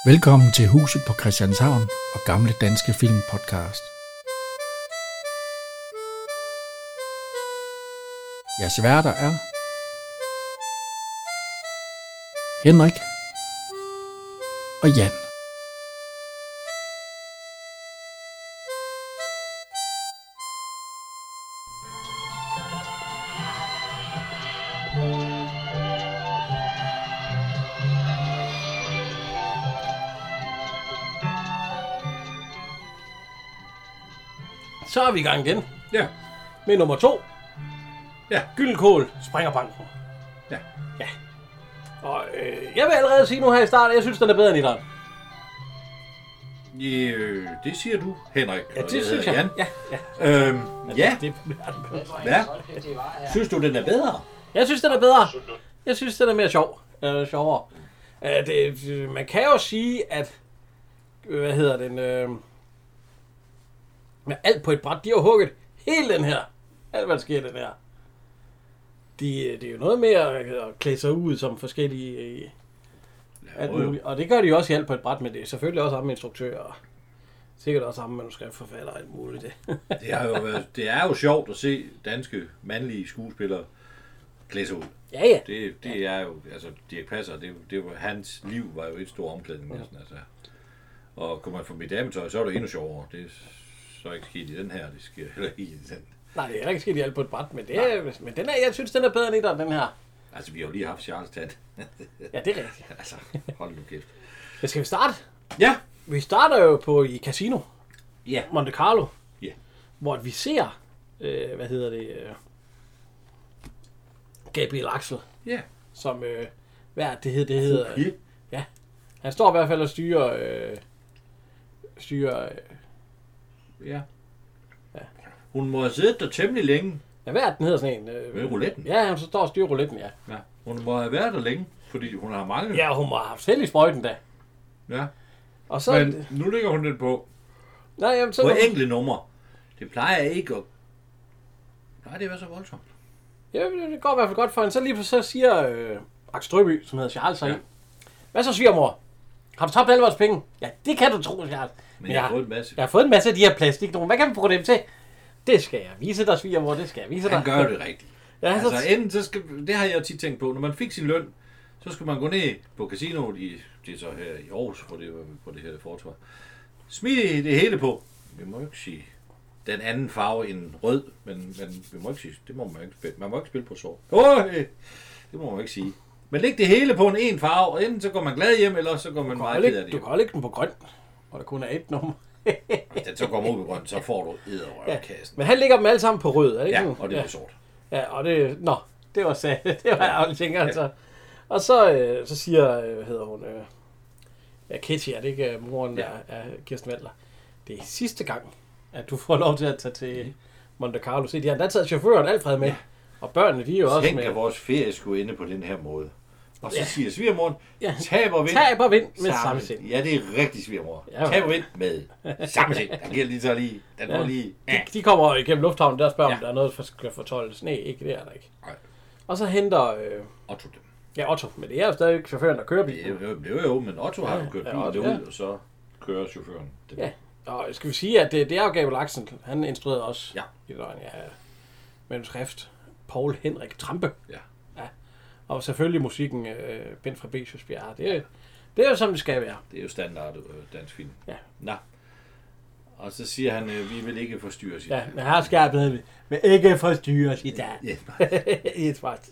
Velkommen til Huset på Christianshavn og Gamle Danske Film Podcast. Jeres værter er Henrik og Jan. Så er vi i gang igen. Ja. Med nummer 2. Ja. Gyldenkål springer banken. Ja. Ja. Og jeg vil allerede sige nu her i starten, jeg synes, den er bedre end etteren. Det siger du, Henrik. Ja, og det synes jeg. Jan. Ja. Ja. Det Ja. Synes du, den er bedre? jeg synes, den er bedre. Jeg synes, den er mere sjovere. Man kan jo sige, at med alt på et bræt, de har hugget hele den her. Alt, hvad der sker i den her. Det er jo noget med at klæde sig ud som forskellige alt muligt. Og det gør de jo også i alt på et bræt, men det er selvfølgelig også samme instruktør og sikkert også samme manuskriptforfatter og alt muligt. Det er jo sjovt at se danske mandlige skuespillere klæde sig ud. Ja. Det er jo, altså Dirch Passer, det var, hans liv var jo et stort omklædning næsten, altså. Og kommer man fra mit dametøj, så er det endnu sjovere. Det er så ikke sket i den her, det sker heller ikke i den. Nej, det er heller ikke sket i alt på et bræt, men den er, jeg synes, den er bedre end etteren, den her. Altså, vi har jo lige haft Charles Tand. Ja, det er rigtigt. Altså, hold nu kæft. Men skal vi starte? Ja. Vi starter jo i Casino. Ja. Monte Carlo. Ja. Hvor vi ser, Gabriel Axel. Ja. Som, hvad er det hedder? Ja. Han står i hvert fald og styrer Ja. Hun må have siddet der temmelig længe. ja, hvad er den hedder sådan en? Med rouletten? Ja, han står og styrer rouletten, ja. Ja. Hun må have været der længe, fordi hun har mange. Ja, hun må have haft selv i sprøjten da. Ja. Og så... Men nu ligger hun den på så på enkelte numre. Det plejer ikke at... Plejer det at være så voldsomt? Ja, det går i hvert fald godt for hende. Så lige så siger Axel Strøby, som hedder Charles, ja. Hvad så, svigermor? Har du tabt alle vores penge? Ja, det kan du tro, Charles. Men jeg har fået en masse. Jeg har fået en masse af de her plastiknogen. Hvad kan vi bruge dem til? Det skal jeg vise dig, svigermor. Det skal jeg vise dig. Han gør det rigtigt. Ja, altså, enten så skal... Det har jeg tit tænkt på. Når man fik sin løn, så skulle man gå ned på casinoet det er så her i Aarhus, hvor det var på det her fortår. Smid det hele på. Vi må ikke sige den anden farve end rød, men vi må ikke sige, det må man ikke spille. Man må ikke spille på sort. Det må man ikke sige. Men læg det hele på en farve, og enten så går man glad hjem, eller så går man meget ked af det. Du kan lægge den på grøn, hvor der kun er et nummer. Den så kommer ud på grøn, så får du edderrøvkassen. Men han lægger dem alle sammen på rød, er det ikke? Ja, og det er på sort. Ja, og det... Nå, det var sad. Det var jeg aldrig tænker, altså. Og så siger, Kitty, er det ikke moren af Kirsten Wendler? Det er sidste gang, at du får lov til at tage til Monte Carlo. Se, de har endda taget chaufføren Alfred med, og børnene, de er jo også med. Tænk, at vores ferie skulle ende på den her måde. Og så siger svigermoren, tab og vind med samme sind. Ja, det er rigtig svigermor. Ja, tab og vind med samme sind. Den giver lige så lige. Den får lige. Ja. De kommer igennem lufthavnen, der spørger om der er noget, der skal fortoldes. Nej, ikke det er der ikke. Nej. Og så henter... Otto dem. Ja, Otto. Men det er jo stadig chaufføren, der kører bilen. Jo, men Otto har jo kørt bilen derud, og så kører chaufføren det. Ja, og skal vi sige, at det er jo Gabriel Axel. Han instruerede også i løgn, manuskrift. Paul Henrik Trampe. Ja. Og selvfølgelig musikken Bent Fabricius Bjerre. Det er jo som det skal være. Det er jo standard dansk film. Ja. Nå. Og så siger han, vi vil ikke forstyrres i dag. Ja, men her skal jeg vil ikke forstyrres i dag. Ja.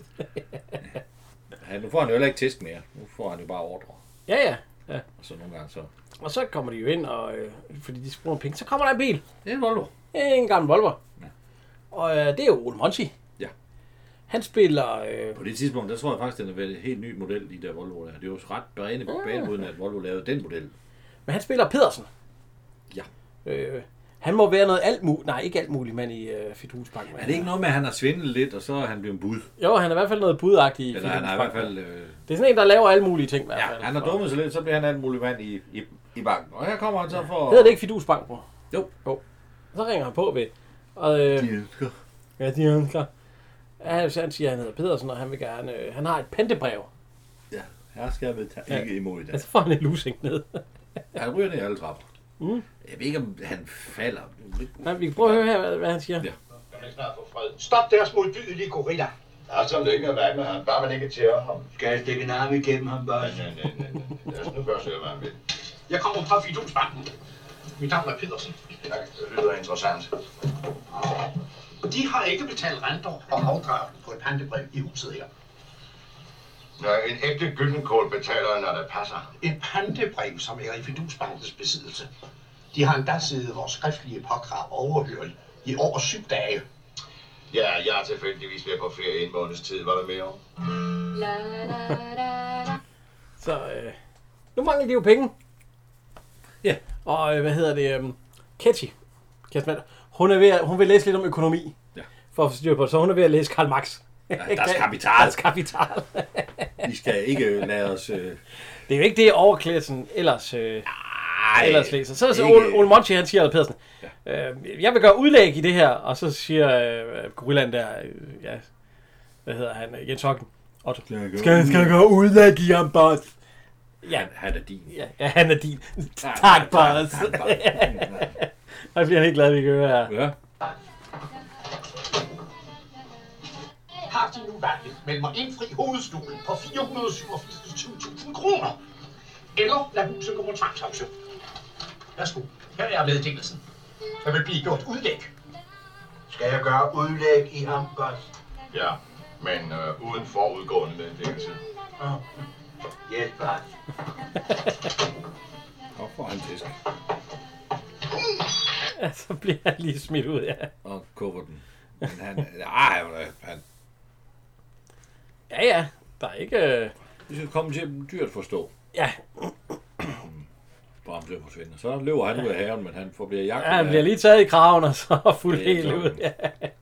Nu får han jo heller ikke test mere. Nu får han jo bare ordre. Ja. Og så nogle gange så. Og så kommer de jo ind, og fordi de bruger penge, så kommer der en bil. Det er en Volvo. En gammel Volvo. Ja. Og det er jo Ole Monti. Ja. Han spiller... På det tidspunkt, der tror jeg faktisk, den har været et helt ny model, de der Volvo der. Det er jo ret banebrydende, at Volvo lavede den model. Men han spiller Pedersen. Ja. Han må være noget ikke alt muligt mand i Fidusbank. Er det ikke noget med, at han har svindlet lidt, og så er han blevet bud? Jo, han er i hvert fald noget budagtig i Eller han er i hvert fald... Det er sådan en, der laver alle mulige ting i hvert fald. Ja, han har dummet sig lidt, så bliver han alt muligt mand i banken. Og her kommer han så for... Hedder det ikke Fidusbank, bro? Jo. Så ringer han på ved. Og, de ønsker. Ja, de ønsker. Han siger, at han hedder Pedersen, og han vil gerne... han har et pentebrev. Ja. Her skal vi tage ikke imod i dag. Altså får han en lusing ned. Han ryger ned i alle trapper. Jeg ved ikke, om han falder. Ja, vi kan prøve at høre her, hvad han siger. Ja. Stop deres modbydelige gorilla. Der er så længe at være med ham, bare man ikke tærer ham. Skal jeg stikke en arm igennem ham, bare? Nej. Lad os nu først høre, hvad han vil. Jeg kommer fra Fidusbanken. Mit navn er Pedersen. Ja, det lyder interessant. De har ikke betalt renter og afdrag på et pantebrev i huset her. Ja, en ægte gyldenkål betaler, når det passer. Et pantebrev, som er i Fidusbankens besiddelse. De har endda siddet vores skriftlige påkrav overhørt i over 7 dage. Ja, jeg er tilfældigvis ved på ferie en måneds tid. Var der mere om? Så nu mangler de jo penge. Ja. Og Ketty, hun vil læse lidt om økonomi. Ja. For at få styr på det, så hun er ved at læse Karl Marx. Das Kapital. Das Kapital. Vi skal ikke lade os... Det er jo ikke det, overklassen ellers læser. Så Ole Monchi, han siger, eller Pedersen, jeg vil gøre udlæg i det her, og så siger gorillaen der, hvad hedder han, Jens Hocken, Otto, skal jeg gøre udlæg i ham, boss? Ja, han er din. Ja, han er din. Tak, boss. Jeg bliver helt glad, at vi kan høre her. Ja. Har de nu valget mellem at indfri hovedstolen på 487.000 kroner, eller lad huset gå på tvangsauktion? Værsgo, her er meddelelsen. Der vil blive gjort udlæg. Skal jeg gøre udlæg i ham, boss? Ja, men uden forudgående meddelelse. Yes, boss. Og får han fisk. Ja, så bliver han lige smidt ud, ja. Og kuffer den. Men han... Ja, der er ikke... Vi skal komme til at dyrt forstå. Ja. Bramsø forsvinder. Så løber han ud af haven, men han bliver jagtet. Ja, han bliver lige taget i kraven, og så fuldt helt ud. Ja.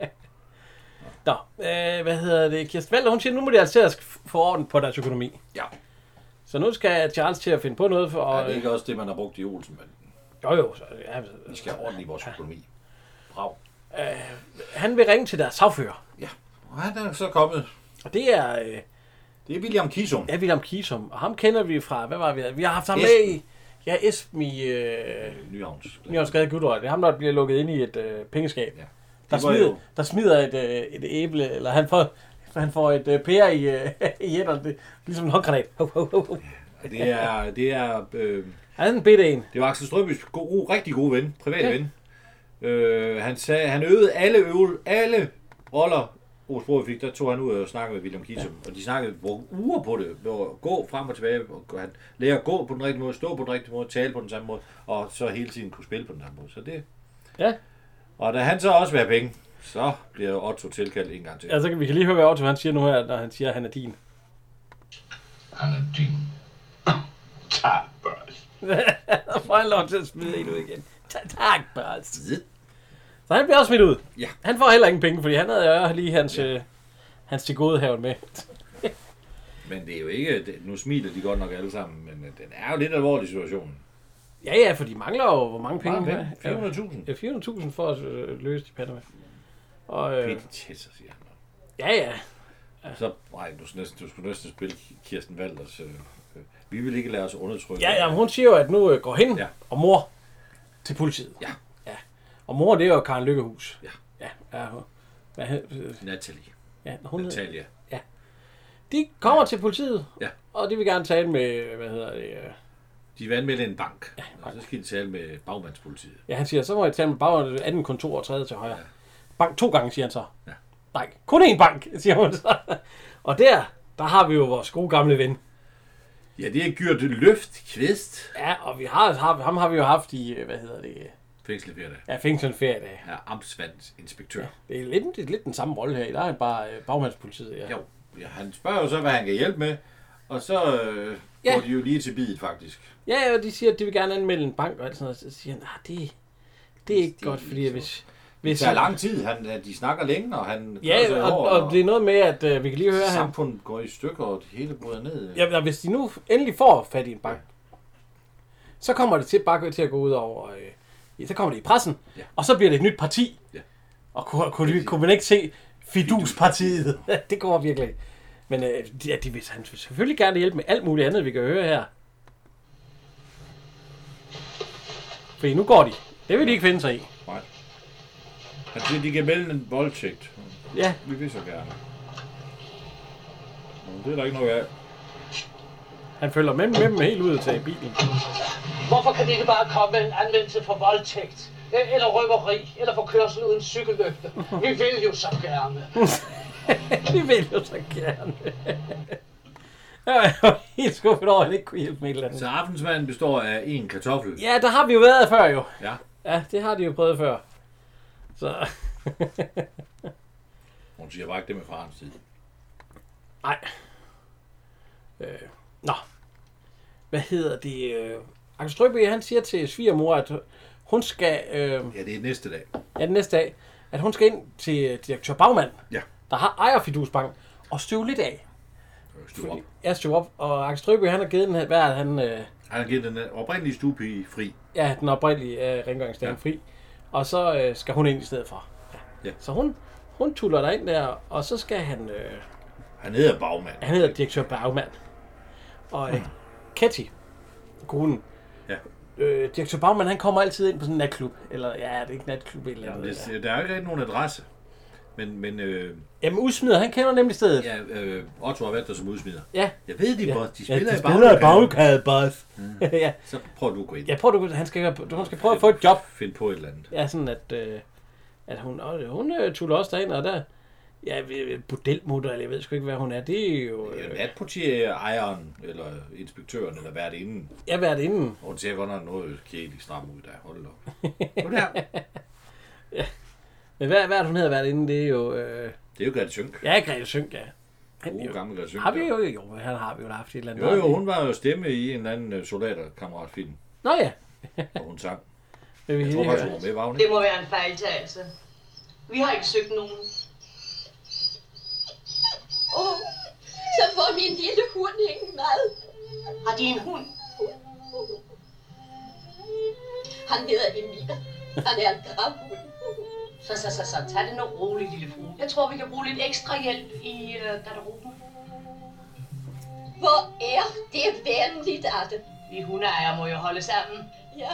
Nå, Kirsten Walther, hun siger, nu må de altså få orden på deres økonomi. Ja. Så nu skal Charles til at finde på noget for... Ja, det er ikke også det, man har brugt i Olsen, men... Jo, så... Ja, vi skal have orden i vores økonomi. Brav. Han vil ringe til deres sagfører. Ja, og han er så kommet. Og det er... Det er William Kisum. Ja, William Kisum. Og ham kender vi fra... Hvad var vi? Vi har haft ham med i... Ja, Esben i... Nyhavnsgade Gudrøg. Det er ham, der bliver lukket ind i et pengeskab. Ja. Der smider et æble, eller han får et pære i hænderne. Ligesom en håndgranat. Det er han er en bitte en. Det var Axel Strøbys rigtig gode ven, private ven. Han sagde, han øvede alle roller, Ove Sprogøe fik, der tog han ud og snakkede med William Kisum, og de snakkede uger på det, gå frem og tilbage, og han lærer at gå på den rigtige måde, stå på den rigtige måde, tale på den samme måde, og så hele tiden kunne spille på den samme måde. Så det. Ja. Og da han så også vil have penge, så bliver Otto tilkaldt en gang til. Ja, så vi kan lige høre, hvad Otto han siger nu her, når han siger, at han er din. Han er din. Tak, boss. Så får han lov til at smide en ud igen. Tak, boss. Så han bliver også smidt ud. Ja. Han får heller ingen penge, fordi han havde jo lige hans tilgodehaven med. Men det er jo ikke... Nu smiler de godt nok alle sammen, men den er jo lidt alvorlig situationen. Ja, for de mangler jo hvor mange penge? 400.000. Ja, 400.000 for at løse de pander med. Og, Petitesser, siger han. Ja. Så, du skulle næsten spille Kirsten Walthers... vi vil ikke lade os undertrykke. Ja, hun siger jo, at nu går hen og mor til politiet. Ja. Og mor, det er jo Karen Lykkehus. Ja. Natalie. Ja, Natalia. Ja. De kommer til politiet, og de vil gerne tale med, de vil anmelde en bank, og så skal de tale med bagmandspolitiet. Ja, han siger, så må jeg tale med bagmands anden kontor og tredje til højre. Ja. Bank 2 gange, siger han så. Ja. Nej, kun én bank, siger hun så. Og der har vi jo vores gode gamle ven. Ja, det er Gyrt Løftkvist. Ja, og ham har vi jo haft i, Fængselsferie. Ja, fængselsferie. Ja, amtsvandsinspektør. Ja, det er lidt den samme rolle her. Der er bare bagmandspolitiet. Ja. Jo, han spørger jo så, hvad han kan hjælpe med. Og så går de jo lige til bidet, faktisk. Ja, og de siger, at de vil gerne anmelde en bank og alt sådan noget. Så siger han, det er ikke godt, fordi hvis det tager lang tid. De snakker længe, og han... Ja, og det er noget med, at vi kan lige høre... Samfundet går i stykker, og det hele bryder ned. Ja, hvis de nu endelig får fat i en bank, så kommer det til at gå ud over... så kommer det i pressen, og så bliver det et nyt parti. Ja. Og kunne man ikke se Fiduspartiet? Det går virkelig. Men de vil han selvfølgelig gerne hjælpe med alt muligt andet, vi kan høre her. Fordi nu går de. Det vil de ikke finde sig i. Nej. Han siger, de kan melde en voldtægt. Ja. Vi vil så gerne. Men det er der ikke noget af. Han følger med dem helt ud til bilen. Hvorfor kan de ikke bare komme med en anmeldelse for voldtægt? Eller røveri? Eller for kørsel uden cykellygte? Vi vil jo så gerne. Vi vil jo så gerne. Jeg var helt skuffet over, at han ikke kunne hjælpe med et eller andet. Så aftensmaden består af en kartoffel. Ja, der har vi jo været før jo. Ja. Ja, det har de jo prøvet før. Så... Hun siger bare ikke det med farens tid. Nej. Nå. Hvad hedder det? Axel Strøby, han siger til svigermor, at hun skal... Ja, det er næste dag. Ja, den næste dag. At hun skal ind til direktør Bagmand, Ja. der har ejer Fidusbank, og støve lidt af. Støve op. Og Axel Strøby, han har givet den her... Hvad er han... Han har givet den oprindelige stuepige fri. Ja, den oprindelige rengøringsdagen fri. Og så skal hun ind i stedet for. Ja. Så hun tuller der ind der, og så skal han... Han hedder Bagmand. Han hedder direktør Bagmand. Og Ketty, konen. Ja. Direktør Bagmand, han kommer altid ind på sådan en natklub. Eller, ja, det er ikke natklub eller Jamen, andet. der er jo ikke rigtig nogen adresse. Men Jamen, udsmider, han kender nemlig stedet. ja, Otto har været der som udsmider. Ja. Jeg ved de godt, de spiller, de spiller i bagkade, ja. Så prøver du at gå ind. Jeg prøver, hun skal prøve at få et job. Find på et eller andet. Ja, sådan at hun tuller også derind, og der... Ja, bordelmutter, eller jeg ved sgu ikke, hvad hun er. Det er jo... Natportier, ejeren, eller inspektøren, eller værtinden. Ja, værtinden. Og hun ser godt nok noget kedeligt stram ud der. Hold da op. Nu der. Ja. Men hvad er det, hun hedder værtinden? Det er jo... Det er jo Grete Sønk. Ja, Grete Sønk, ja. Gammel Grete Sønk. Har vi jo, han har vi jo haft et eller andet. Jo, hun var jo stemme i en eller anden soldaterkammeratfilm. Nå ja. Og hun sang. Jeg tror faktisk, hun var med, var hun Det må være en fejltagelse. Vi har ikke søgt nogen. Så får min lille hund ingen mad. Har de en hund? Han hedder Emil. Han er en gravhund. Så tag det nu roligt, lille fru. Jeg tror, vi kan bruge lidt ekstra hjælp i garderoben. Hvor er det venligt af det. Vi hundeejere må jo holde sammen. Ja.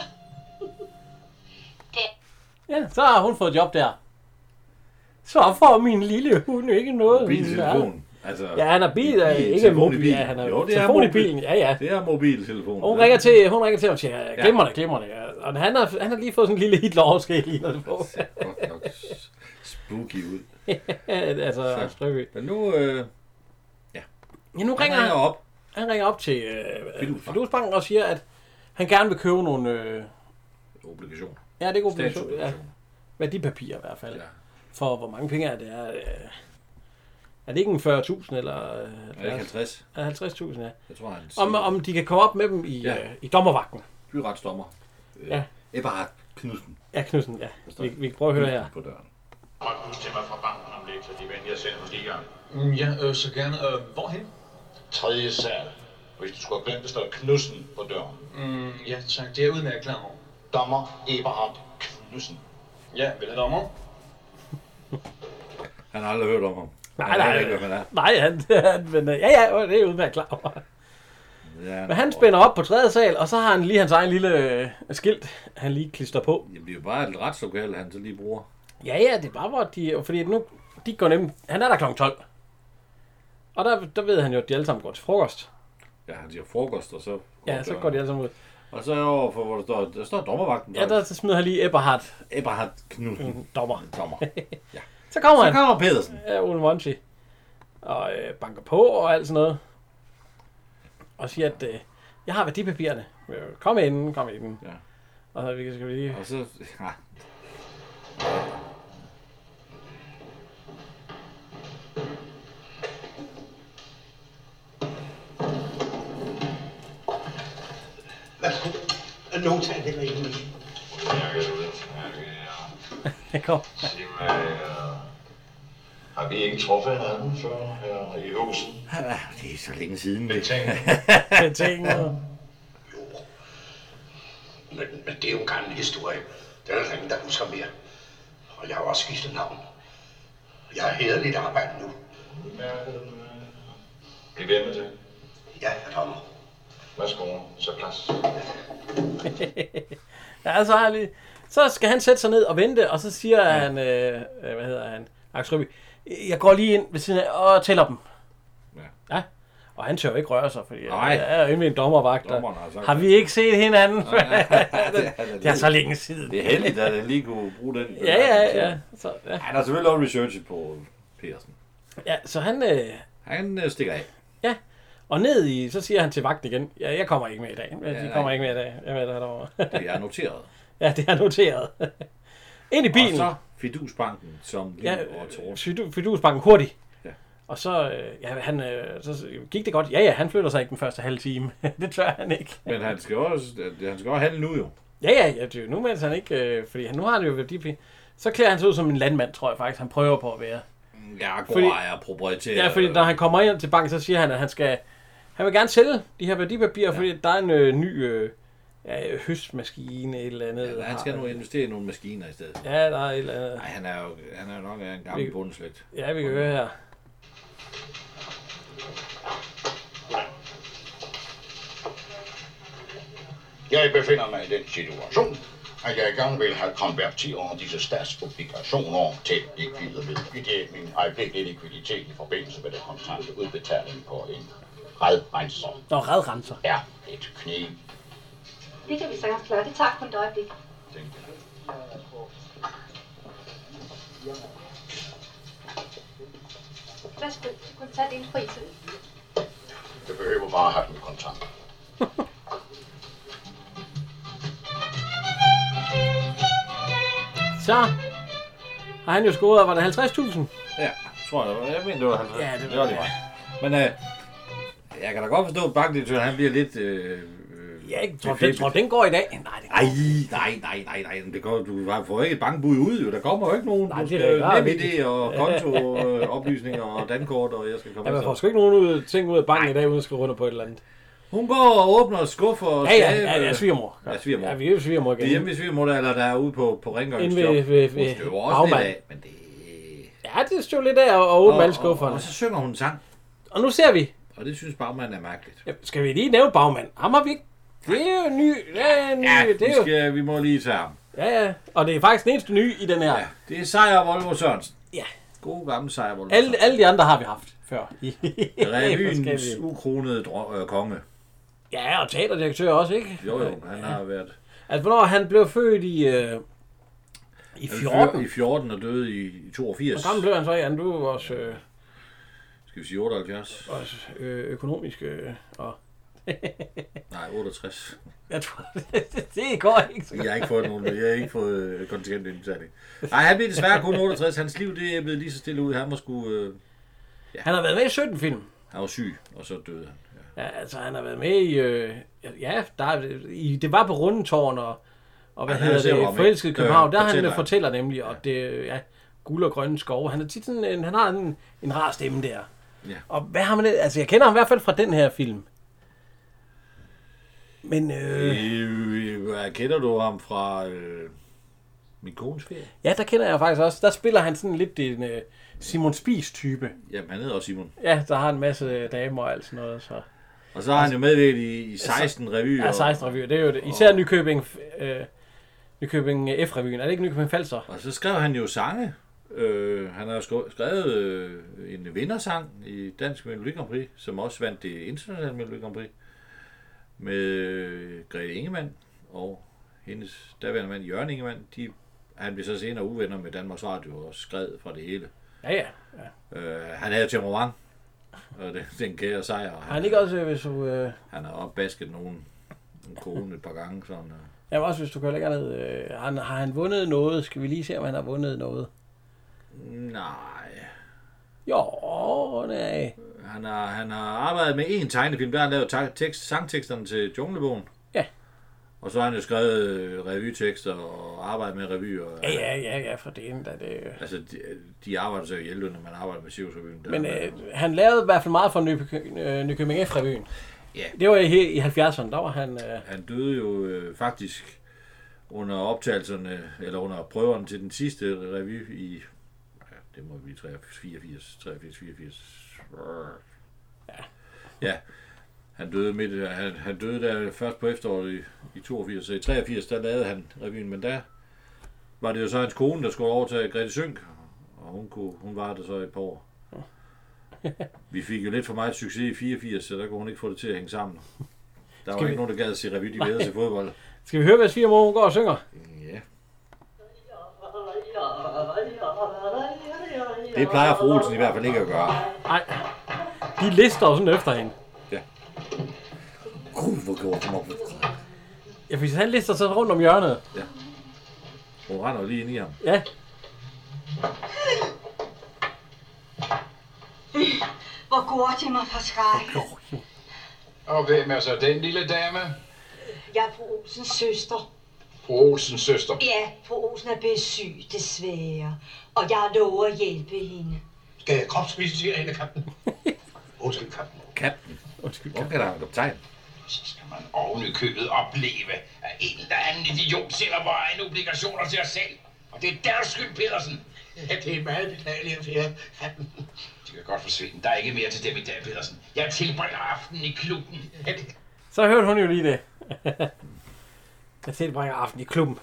Ja, så har hun fået job der. Så får min lille hund ikke noget. Mobiltelefon. Altså, ja, han har bil, ikke mobil. Ja, han har telefon i bilen. Ja, ja. Det er mobiltelefon. Hun ringer til og siger, glimrende. Ja. Og han har lige fået sådan en lille Hitler-overskæg, ligner det på. Spooky ud. Altså, Strøby. Men nu, Ja, nu ringer han op. Han ringer op til Fidusbanken og siger, at han gerne vil købe nogle... Obligation. Ja, det er obligation. Ja. Værdipapirer i hvert fald. Ja. For hvor mange penge er det? Er det ikke en 40.000 eller... Er det ikke 50? Ja, 50.000, ja. Jeg tror, om de kan komme op med dem i dommervagten. Byretsdommer. Ja. Eberhard Knudsen. Ja, Knudsen, ja. Vi kan prøve at høre her. På døren. Hold du til mig fra banken om lidt, så de venter jeg selv hos Liga. Ja, så gerne. Hvorhen? 3. sal. Hvis du skulle have glemt, der står Knudsen på døren. Ja, tak. Det er udmærket klar over. Dommer Eberhard Knudsen. Ja, vel er dommer. Han har aldrig hørt om ham. Nej, men ja, det er udmærket klar over. Ja, men han spænder op på 3. sal, og så har han lige hans egen lille skilt, han lige klister på. Det bliver jo bare et retslokale, han så lige bruger. Ja, det er bare, hvor de... Fordi nu, de går nemlig... Han er der kl. 12. Og der ved han jo, at de alle sammen går til frokost. Ja, han siger frokost, og så... Ja, så går de alle sammen ud. Og så overfor, hvor der står dommervagten. Ja, der smider han lige Eberhard Knudsen. Dommer. Ja. Så kommer han. Så kommer Pedersen. Ja, Ole Monchi. Og banker på og alt sådan noget. Og siger, at jeg har værdipapirerne. Kom ind. Ja. Og så skal vi lige... Og så... Ja. Notaen ligger inde i. Kom. Sig mig, har vi ikke truffet hinanden før her i huset? Ja, det er så længe siden. Det tænker Jo. Men det er jo en gammel historie. Det er der ingen, der husker mere. Og jeg har også skiftet navn. Jeg har hederligt arbejde nu. Bliv ved med det. Ja, jeg kommer. Værsgo, så plads. Ja, så skal han sætte sig ned og vente, og så siger han, hvad hedder han, Axel Røby, jeg går lige ind ved siden af og tæller dem. Ja. Og han tør jo ikke røre sig, fordi jeg er jo en dommervagt. Har vi ikke set hinanden? Det er så længe siden. Det er heldigt, at han lige kunne bruge den. Ja. Så, ja. Han har selvfølgelig også researchet på Petersen. Ja, så han... Han stikker af. Ja, og så siger han til vagten igen, jeg kommer ikke med i dag. De kommer ikke med i dag. Jeg ved det derovre. Det er noteret. Ja, det er noteret. Ind i bilen. Og så Fidusbanken som liv og tårn. Fidusbanken hurtigt. Ja. Og så, så gik det godt. Ja, han flytter sig ikke den første halve time. Det tør han ikke. Men han skal også handle nu jo. Ja, det er jo nu, mens han ikke... fordi nu har han jo værdi. Så klæder han sig ud som en landmand, tror jeg faktisk, han prøver på at være. Ja, gårdejer, proprietær. Ja, fordi når han kommer ind til banken, så siger han, at han vil gerne sælge de her værdipapirer, fordi der er en ny høstmaskine, et eller andet. Ja, han skal nu investere i nogle maskiner i stedet. Ja, der er et eller andet. Nej, han er jo nok en gammel bundeslægt. Ja, vi kan høre her. Jeg befinder mig i den situation, at jeg gerne vil have konverteret disse statsobligationer til likvide midler. Det er min øjeblikkelige likviditet i forbindelse med den kontante udbetaling på en radrenser. Radrenser? Ja, et knæ. Det kan vi sagtens klare. Det tager kun et øjeblik. Værsgo, du kan tage din fritid. Jeg behøver bare have den kontant. Så har han jo scoret, var det 50.000? Ja, tror jeg. Jeg mener, det var 50. Ja, det var det. Men jeg kan da godt forstå, at bankdirektøren han bliver lidt... jeg tror, den går i dag. Nej. Det går, du får ikke et bankbud ud, jo. Der kommer jo ikke nogen. Nej, det er NemID og kontooplysninger og dankort, og jeg skal komme. Ja, man får sgu ikke nogen ting ud af banken i dag, uden at skrive under på et eller andet. Hun går og åbner skuffer og Ja, svigermor. Ja, svigermor. Ja, vi er jo svigermor igen. Det er hjemme ved svigermor, der er ude på rengøringsjob. Inde ved bagmand. Men det... Ja, det stod lidt af at åbne alle skufferne. Og så synger hun en sang. Og nu ser vi. Og det synes bagmanden er mærkeligt. Ja, skal vi lige nævne bagmand? Ham har vi ikke. Det er jo ny. Vi må lige tage ham. Ja. Og det er faktisk den eneste nye i den her. Ja, det er Sejer Volvo Sørensen. Ja. God gammel Sejer Volvo Sørensen. Alle de andre har vi haft før. Revyens ukronede konge. Ja, og teaterdirektør også, ikke? Jo, han har været... Altså, hvornår han blev født i 14? I 14 og døde i 82. Hvor gammel blev han så? Han blev også... Skal vi sige 78? Også økonomisk og... Nej, 68. Jeg tror, det går ikke så godt. Jeg har ikke fået kontingent indbetaling. Nej, han blev desværre kun 68. Hans liv det er blevet lige så stille ud. Han må sgu... Han har været med i 17 film. Han var syg, og så døde han. Ja, altså han har været med i... det var på Rundetårn og hvad hedder det? Forelsket København. Der han fortæller nemlig, og det guld og grønne skove. Han er tit sådan han har en rar stemme der. Ja. Og hvad har man det? Altså jeg kender ham i hvert fald fra den her film. Men kender du ham fra Min kones ferie? Ja, der kender jeg faktisk også. Der spiller han sådan lidt en Simon Spies-type. Jamen, han hedder også Simon. Ja, der har en masse damer og alt sådan noget. Så. Og så har han jo medvirket i 16 revyer. Ja, 16 revyer. Det er jo det. Især Nykøbing F-revyen. Er det ikke Nykøbing Falster? Og så skrev han jo sange. Han har skrevet en vindersang i Dansk Melodi Grand Prix, som også vandt det internationale Melodi Grand Prix, med Grete Ingemann og hendes daværende mand Jørgen Ingemann. Han blev så senere uvenner med Danmarks Radio og skred fra det hele. Ja. Han havde temperament, og den kære sejr. Han ikke også, hvis du... Han har opbasket en kone et par gange. Sådan, Ja, også hvis du kan lægge ned. Har han vundet noget? Skal vi lige se, om han har vundet noget? Nej. Jo, nej. Han har arbejdet med en tegnefilm, der har han lavet sangteksterne til Junglebogen. Ja. Og så har han jo skrevet revytekster og arbejdet med revyer. Ja, for det ene, det... Altså, de arbejder så ihjel, når man arbejder med Siriusrevyen. Men han lavede i hvert fald meget for Nykøbing F-revyen. Ja. Det var i 70'erne, der var han... Han døde jo faktisk under optagelserne, eller under prøverne til den sidste revy i... Ja, det må vi 84. Ja. Ja. Han døde der først på efteråret i 82, så i 83, der lavede han revyen, men der var det jo så hans kone, der skulle overtage Grete Synk, og hun var der så et par år. Vi fik jo lidt for meget succes i 84, så der kunne hun ikke få det til at hænge sammen. Der var ikke nogen, der gad at se revy, de ved til fodbold. Skal vi høre, hvad svigermor hun går og synger? Ja. Det plejer fru Olsen i hvert fald ikke at gøre. Nej. De lister jo sådan efter hende. Ja. Gud, hvor går hun op. Ja, hvis han lister sig rundt om hjørnet. Ja. Hun render jo lige ind i ham. Ja. Hvor går det mig for skræk? Og hvem er så den lille dame? Jeg er fru Olsens søster. Fru Olsens søster. Ja, fru Olsen er blevet syg, desværre. Og jeg lover at hjælpe hende. Skal jeg kropsvisitere hende, kapten? Undskyld, kapten. Kapten? Undskyld, kapten. Hvor kan der have kaptajn? Så skal man oven i købet opleve, at en eller anden idiot sælger vejen obligationer til os selv. Og det er deres skyld, Pedersen. Ja, det er meget beklageligt, affære, kapten. De kan godt forsvinde. Der er ikke mere til dem i dag, Pedersen. Jeg tilbringer aftenen i klubben. Så hørte hun jo lige det. Jeg tilbringer aftenen i klubben.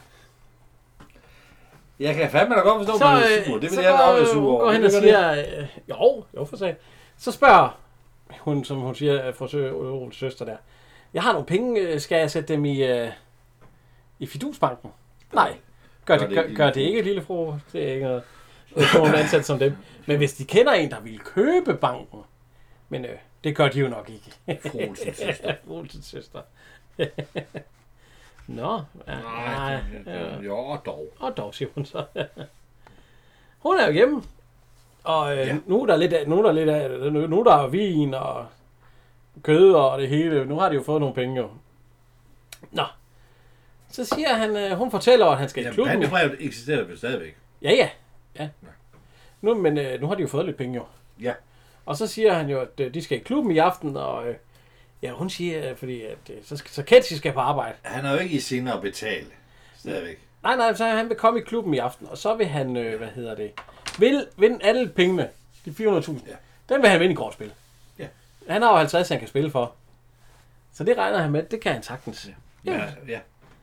Jeg kan fandme da godt forstå, at man er sur. Det vil jeg nok være sur over. Så går hen og siger, jo for sig. Så spørger hun, som hun siger, fra søster der. Jeg har nogle penge, skal jeg sætte dem i Fidusbanken? Nej, gør det ikke, lille fru. Det er ikke noget. Nogen ansat som dem. Men hvis de kender en, der vil købe banken, men det gør de jo nok ikke. Fru Olsens søster. Fru Olsens søster. Nå, nej. Jo, dog. Og dog, siger hun så. Hun er jo hjemme. Og nu er der vin og kød og det hele. Nu har de jo fået nogle penge jo. Nå. Så siger han, hun fortæller, at han skal i klubben. Pantebrevet eksisterer vel stadigvæk? Ja. Nu har de jo fået lidt penge jo. Ja. Og så siger han jo, at de skal i klubben i aften, og hun siger, fordi at, så Ketty skal på arbejde. Han er jo ikke i sinde at betale, stadigvæk. Nej, så han vil komme i klubben i aften, og så vil han, vil vinde alle pengene, de 400.000. Ja. Den vil han vinde i kortspil. Ja. Han har jo 50, han kan spille for. Så det regner han med, det kan han sagtens. Ja.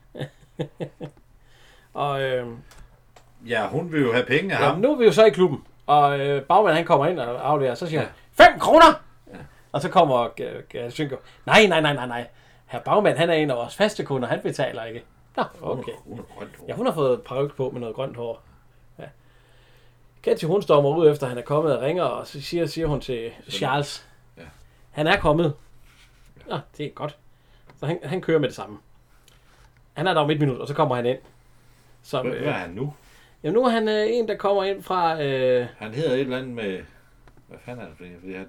Og ja, hun vil jo have penge af ham. Nu er vi jo så i klubben, og bagmanden han kommer ind og afleverer, så siger han, 5 kroner! Ja. Og så kommer Synker, nej. Herr bagmand, han er en af vores faste kunder, han betaler ikke. Nå, okay. Hun har grønt hår. Ja, hun har fået paryk på med noget grønt hår. Ja. Ketty, hun stormer ud efter, han er kommet og ringer, og så siger hun til Charles, han er kommet. Nå, det er godt. Så han kører med det samme. Han er der om 1 minut, og så kommer han ind. Som, hvad er han nu? Jamen nu er han en, der kommer ind fra... Han hedder et eller andet med... Hvad fanden er det for en? Fordi han...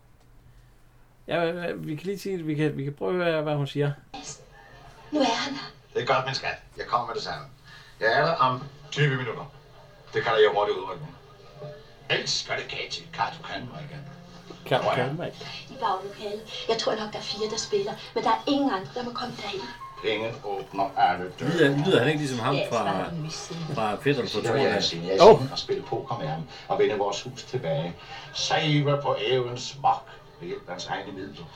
Ja, vi kan lige sige, vi kan prøve, hvad hun siger. Nu er han her. Det er godt, min skat. Jeg kommer med det samme. Jeg er der om 20 minutter. Det kan jeg hurtigt udrykke. Elsker det, Katie. Kan du kan mig igen? Kan mig ikke? I baglokalet. Jeg tror nok, der er 4, der spiller. Men der er ingen andre, der må komme derind. Penge åbner alle døre. Lyder han ikke ligesom ham fra Fætteren på Torvet? Jeg er og spille poker med ham og vende vores hus tilbage. Sejre på ævens mok ved hjælp af hans egne midler.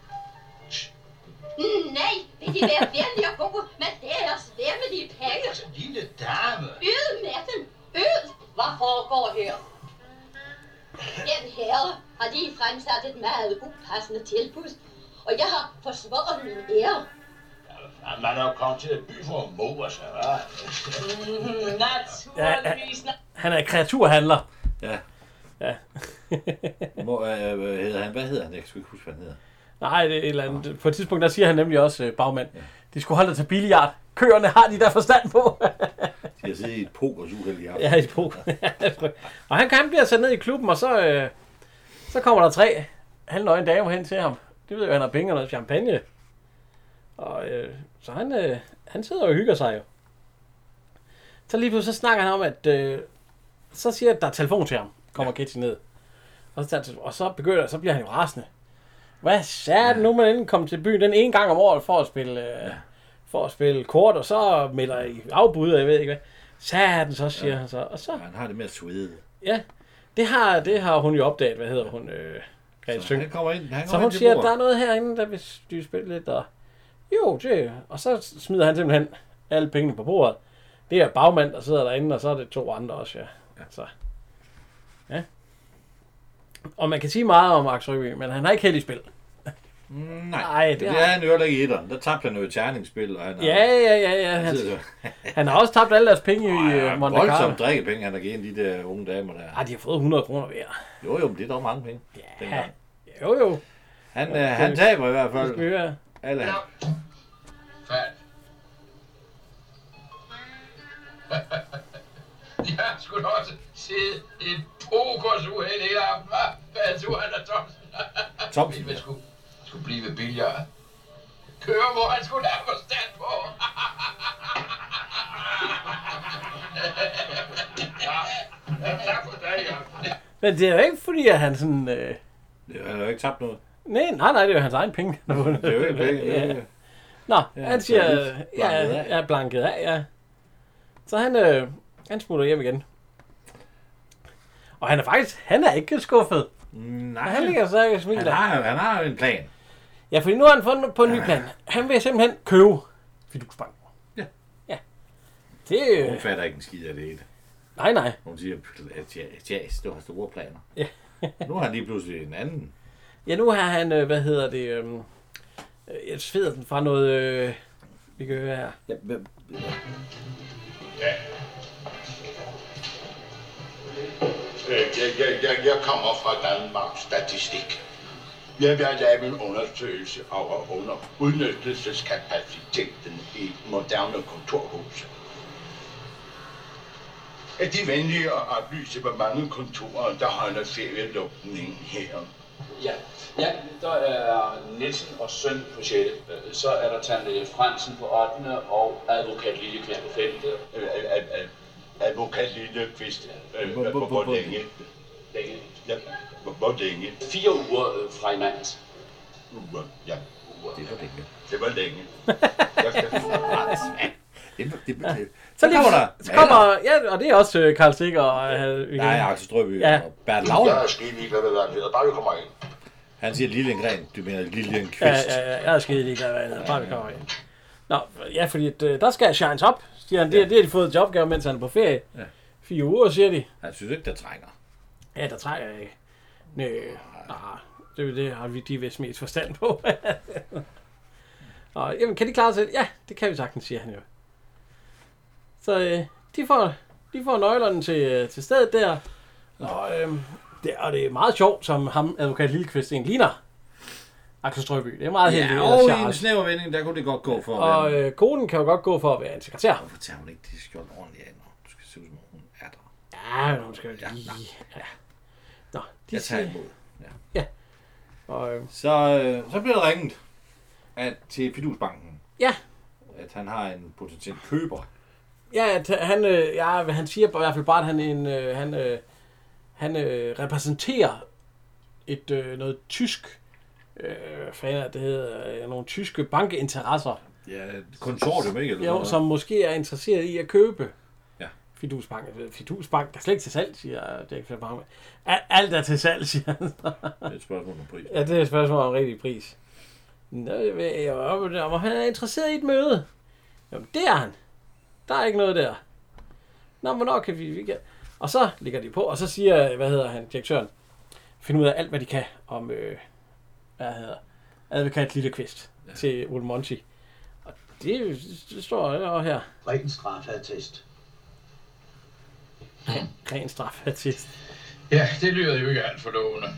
Nej, vil de være venlige og gode, men det er at svære med de penge. Altså, lille dame. Ød med dem. Ød. Hvad foregår her? Den herre har lige fremsat et meget upassende tilbud, og jeg har forsvaret min ære. Man er jo kommet til at by for at måge sig, hva'? Naturligvis. Han er kreaturhandler. Ja. Hvad hedder han? Jeg kan ikke huske, hvad han hedder. Nej, det er et eller andet. På et tidspunkt, der siger han nemlig også, bagmand, de skulle holde dig til billiard. Køerne har de der forstand på. De har siddet i et pokersuheld i aften. Ja, i et poker. Og han bliver sat ned i klubben, og så kommer der 3 halvnøgne damer hen til ham. Det ved jo, han har penge og noget champagne. Og så han sidder og hygger sig jo. Så lige pludselig så snakker han om, at så siger at der er telefon til ham. Kommer Ketty ned. Og så bliver han jo rasende. Hvad sagde det nu, man endelig kom til byen den ene gang om året for at spille kort, og så melder I afbud, og jeg ved ikke hvad. Sagde så siger han så. Og så han har det med at svede. Ja, det har hun jo opdaget, hvad hedder hun, kan Så synge. han kommer ind. Så hun siger, at der er noget herinde, der vil de spille lidt. Og jo, det. Og så smider han simpelthen alle pengene på bordet. Det er bagmand, der sidder derinde, og så er det 2 andre også, ja. Så. Ja. Og man kan sige meget om Axel Røby, men han har ikke heldig spil. Nej, det er han jo heller ikke i etteren. Der tabte han jo et terningsspil. Og han Ja. Han har også tabt alle deres penge i Monte Carlo. Voldsomt drikkepenge, han har givet de der unge damer der. Ej, de har fået 100 kroner hver. Jo, men det er dog mange penge. Ja, jo. Han taber i hvert fald. Skal alle han. Færdig. Jeg har sgu da også siddet et pokersuheld hele aften, hva'? Hvad tror han, Thomsen? Det skulle blive billigere. Køre, hvor han skulle lave forstand på. Ja, tak for det, ja. Men det er jo ikke fordi, at han sådan... Han har jo ikke tabt noget. Nej, det er jo hans egen penge. Det er jo ikke penge. Ja. Nå, han siger... Ja, blanket af, ja. Så han smutter hjem igen. Og han er ikke skuffet. Nej. Han ligger så og smiler. Han har jo en plan. Ja, fordi nu har han fundet på en ny plan. Han vil simpelthen købe Fidusbanken. Ja. Det... Hun fatter ikke en skid af det hele. Nej. Hun siger, at du har store planer. Ja. Nu har han lige pludselig en anden. Ja, nu har han, jeg sveder den fra noget, vi kan høre her. Ja. Jeg kommer fra Danmarks Statistik. Jeg vil lave en undersøgelse over udnyttelseskapaciteten i moderne kontorhuse. Er de venlige at oplyse, hvor mange kontorer, der holder ferielukning her? Ja, der er Nielsen og Søn på 6. Så er der tante Fransen på 8. og advokat Lillekvist på 5. Advokat Lillekvist, hvor længe? Ja, hvor længe? 4 uger fra i mandags. Uger, ja. Det var længe. Det var længe. Så kommer, ja, og det er også Karl Stikker og... Nej, Axel Strøby ja. og Bert Lavn. Jeg er skide ligeglad med, hvad han hedder. Bare vi kommer ind. Han siger Lillengren, du mener Lillenkvist. Ja, jeg er skide ligeglad, hvad han hedder. Bare vi kommer ind. Nå, ja, fordi der skal shines op, siger han. Det har de fået et jobgave, mens han er på ferie. Ja. 4 uger, siger de. Jeg synes ikke, der trænger. Ja, der trænger jeg ikke. Det har vi de vist mest forstand på. Og, jamen, kan de klare sig? Ja, det kan vi sagtens, siger han jo. Så de får nøglerne til stedet der. Og det er meget sjovt, som ham, advokat Lillekvist, egentlig ligner Axel Strøby. Det er meget heldigt. Ja, og i en snæver vending, der kunne det godt gå for at og konen kan jo godt gå for at være en sekretær. Hvorfor tager hun ikke det skjold ordentligt af, når du skal se ud, som hun er der? Ja, hun skal jo lige... Ja. Nå, jeg tager imod. Ja. Og, så bliver der ringet til Fidusbanken. Ja. At han har en potentiel køber. Ja, han siger i hvert fald bare, at han repræsenterer noget tysk, det hedder, nogle tyske bankeinteresser. Ja, konsortium, ikke? Eller jo, som måske er interesseret i at købe Fidusbank. Fidusbank er slet ikke til salg, siger direktør Bank. Alt er til salg, siger han. Det er et spørgsmål om pris. Ja, det er et spørgsmål om rigtig pris. Om han er interesseret i et møde. Jamen, det er han. Der er ikke noget der. Nå, hvornår kan vi kan... Og så ligger de på, og så siger, direktøren, find ud af alt, hvad de kan om, advokat Lillekvist til Ole Monti. Og det står jo her. Ren straffeattest. Ren straffeattest. Ja, det lyder jo ikke alt for lovende.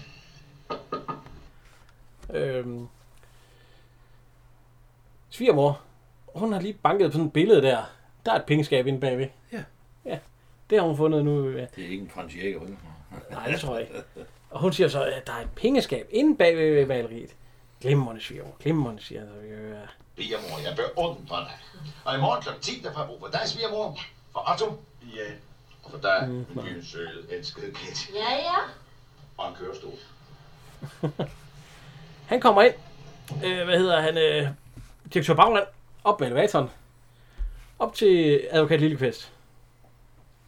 Svigermor, hun har lige banket på sådan et billede der. Der er et pengeskab inde bagved. Ja. Det har hun fundet nu. Ja. Det er ikke en Frans Jæger, vel? Nej, det tror jeg ikke. Og hun siger så, at der er et pengeskab inde bagved maleriet. Glimrende, svigermor. Glimrende, siger han. Svigermor, jeg beundrer dig. Og i morgen kl. 10, der får jeg brug for dig, svigermor. For Otto. Ja. Og for dig, min søde, elskede Kit. Ja. Og en kørestol. Han kommer ind. Direktør Bagland. Op med elevatoren. Op til advokat Lillekvist.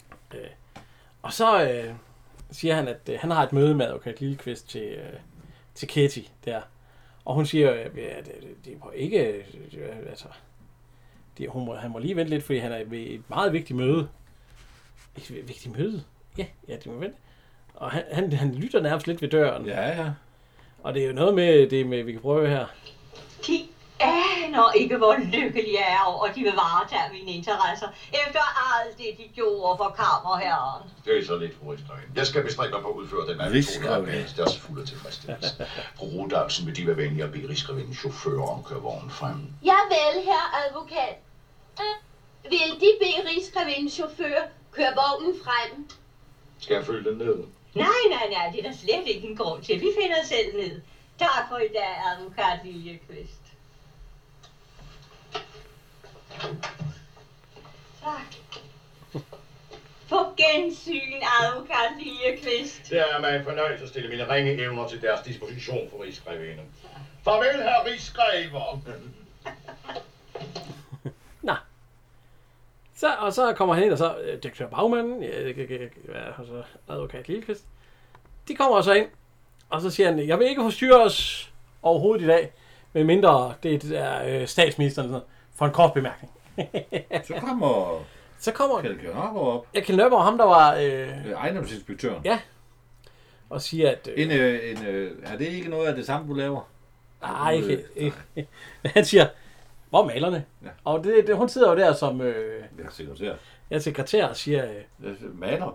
Og så siger han, at han har et møde med advokat Lillekvist til til Ketty der. Og hun siger, at det må ikke... Altså, han må lige vente lidt, fordi han er ved et meget vigtigt møde. Et vigtigt møde? Ja, det må vente. Og han lytter nærmest lidt ved døren. Ja. Og det er jo noget med det med, vi kan prøve her. De aner ikke, hvor lykkelig jeg er over, at de vil varetage mine interesser, efter alt det, de gjorde for kammerherren. Det er så lidt, fru Rigsgravinde. Jeg skal bestræbe mig på at udføre den anden metode, der er så fuld af tilfredsstillelse. Fru Rudolfsen, vil de være venlige at bede Rigsgravindens chauffør om at køre vognen frem? Ja vel, herr advokat. Vil de bede Rigsgravindens chauffør køre vognen frem? Skal jeg følge den ned? Nej, det er der slet ikke en grund til. Vi finder selv ned. Tak for i dag, advokat Liljeqvist. Tak. På gensyn, advokat Liljeqvist. Det er mig en fornøjelse at stille mine ringe evner til deres disposition for Rigsgrevinden. Farvel, herr Rigsgrever. Nå. Så kommer han ind, og så direktør Bagmanden, og så advokat Liljeqvist. De kommer så ind, og så siger han, jeg vil ikke forstyrre os overhovedet i dag, medmindre det er statsministeren sådan noget, for en kort bemærkning. Så kommer Kjeld Nørgaard op. Ja, Kjeld Nørgaard, ham der var... ejendomsinspektøren. Ja. Og siger, at... er det ikke noget af det samme, du laver? Nej, ikke. Han siger, hvor er malerne? Ja. Og hun sidder jo der som... sekretær. Ja, sekretær og siger... Maler?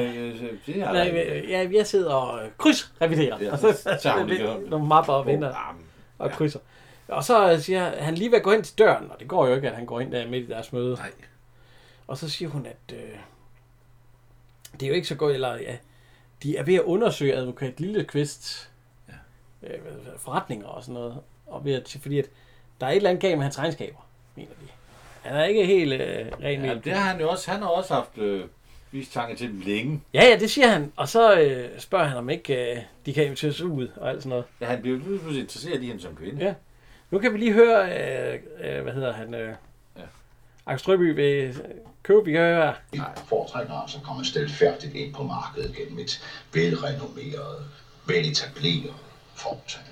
Jeg sidder og krydsreviderer. Ja, og så tager hun nogle mapper og venter og krydser. Og så siger han lige ved at gå ind til døren, og det går jo ikke, at han går ind der midt i deres møde. Nej. Og så siger hun, at det er jo ikke så godt, eller ja, de er ved at undersøge advokat Liljeqvist forretninger og sådan noget, og fordi at der er et eller andet galt med hans regnskaber, mener de. Han er ikke helt ren. Ja, det har han jo også. Han har også haft vist tanke til dem længe. Ja, det siger han. Og så spørger han, om ikke de kan inviteres ud og alt sådan noget. Ja, han bliver jo pludselig interesseret i hende som kvinde. Ja. Nu kan vi lige høre, hvad hedder han, Axel Strøby ved købe, vi kan høre. De foretrækker altså at komme stilfærdigt ind på markedet gennem et velrenommeret, veletableret foretagende.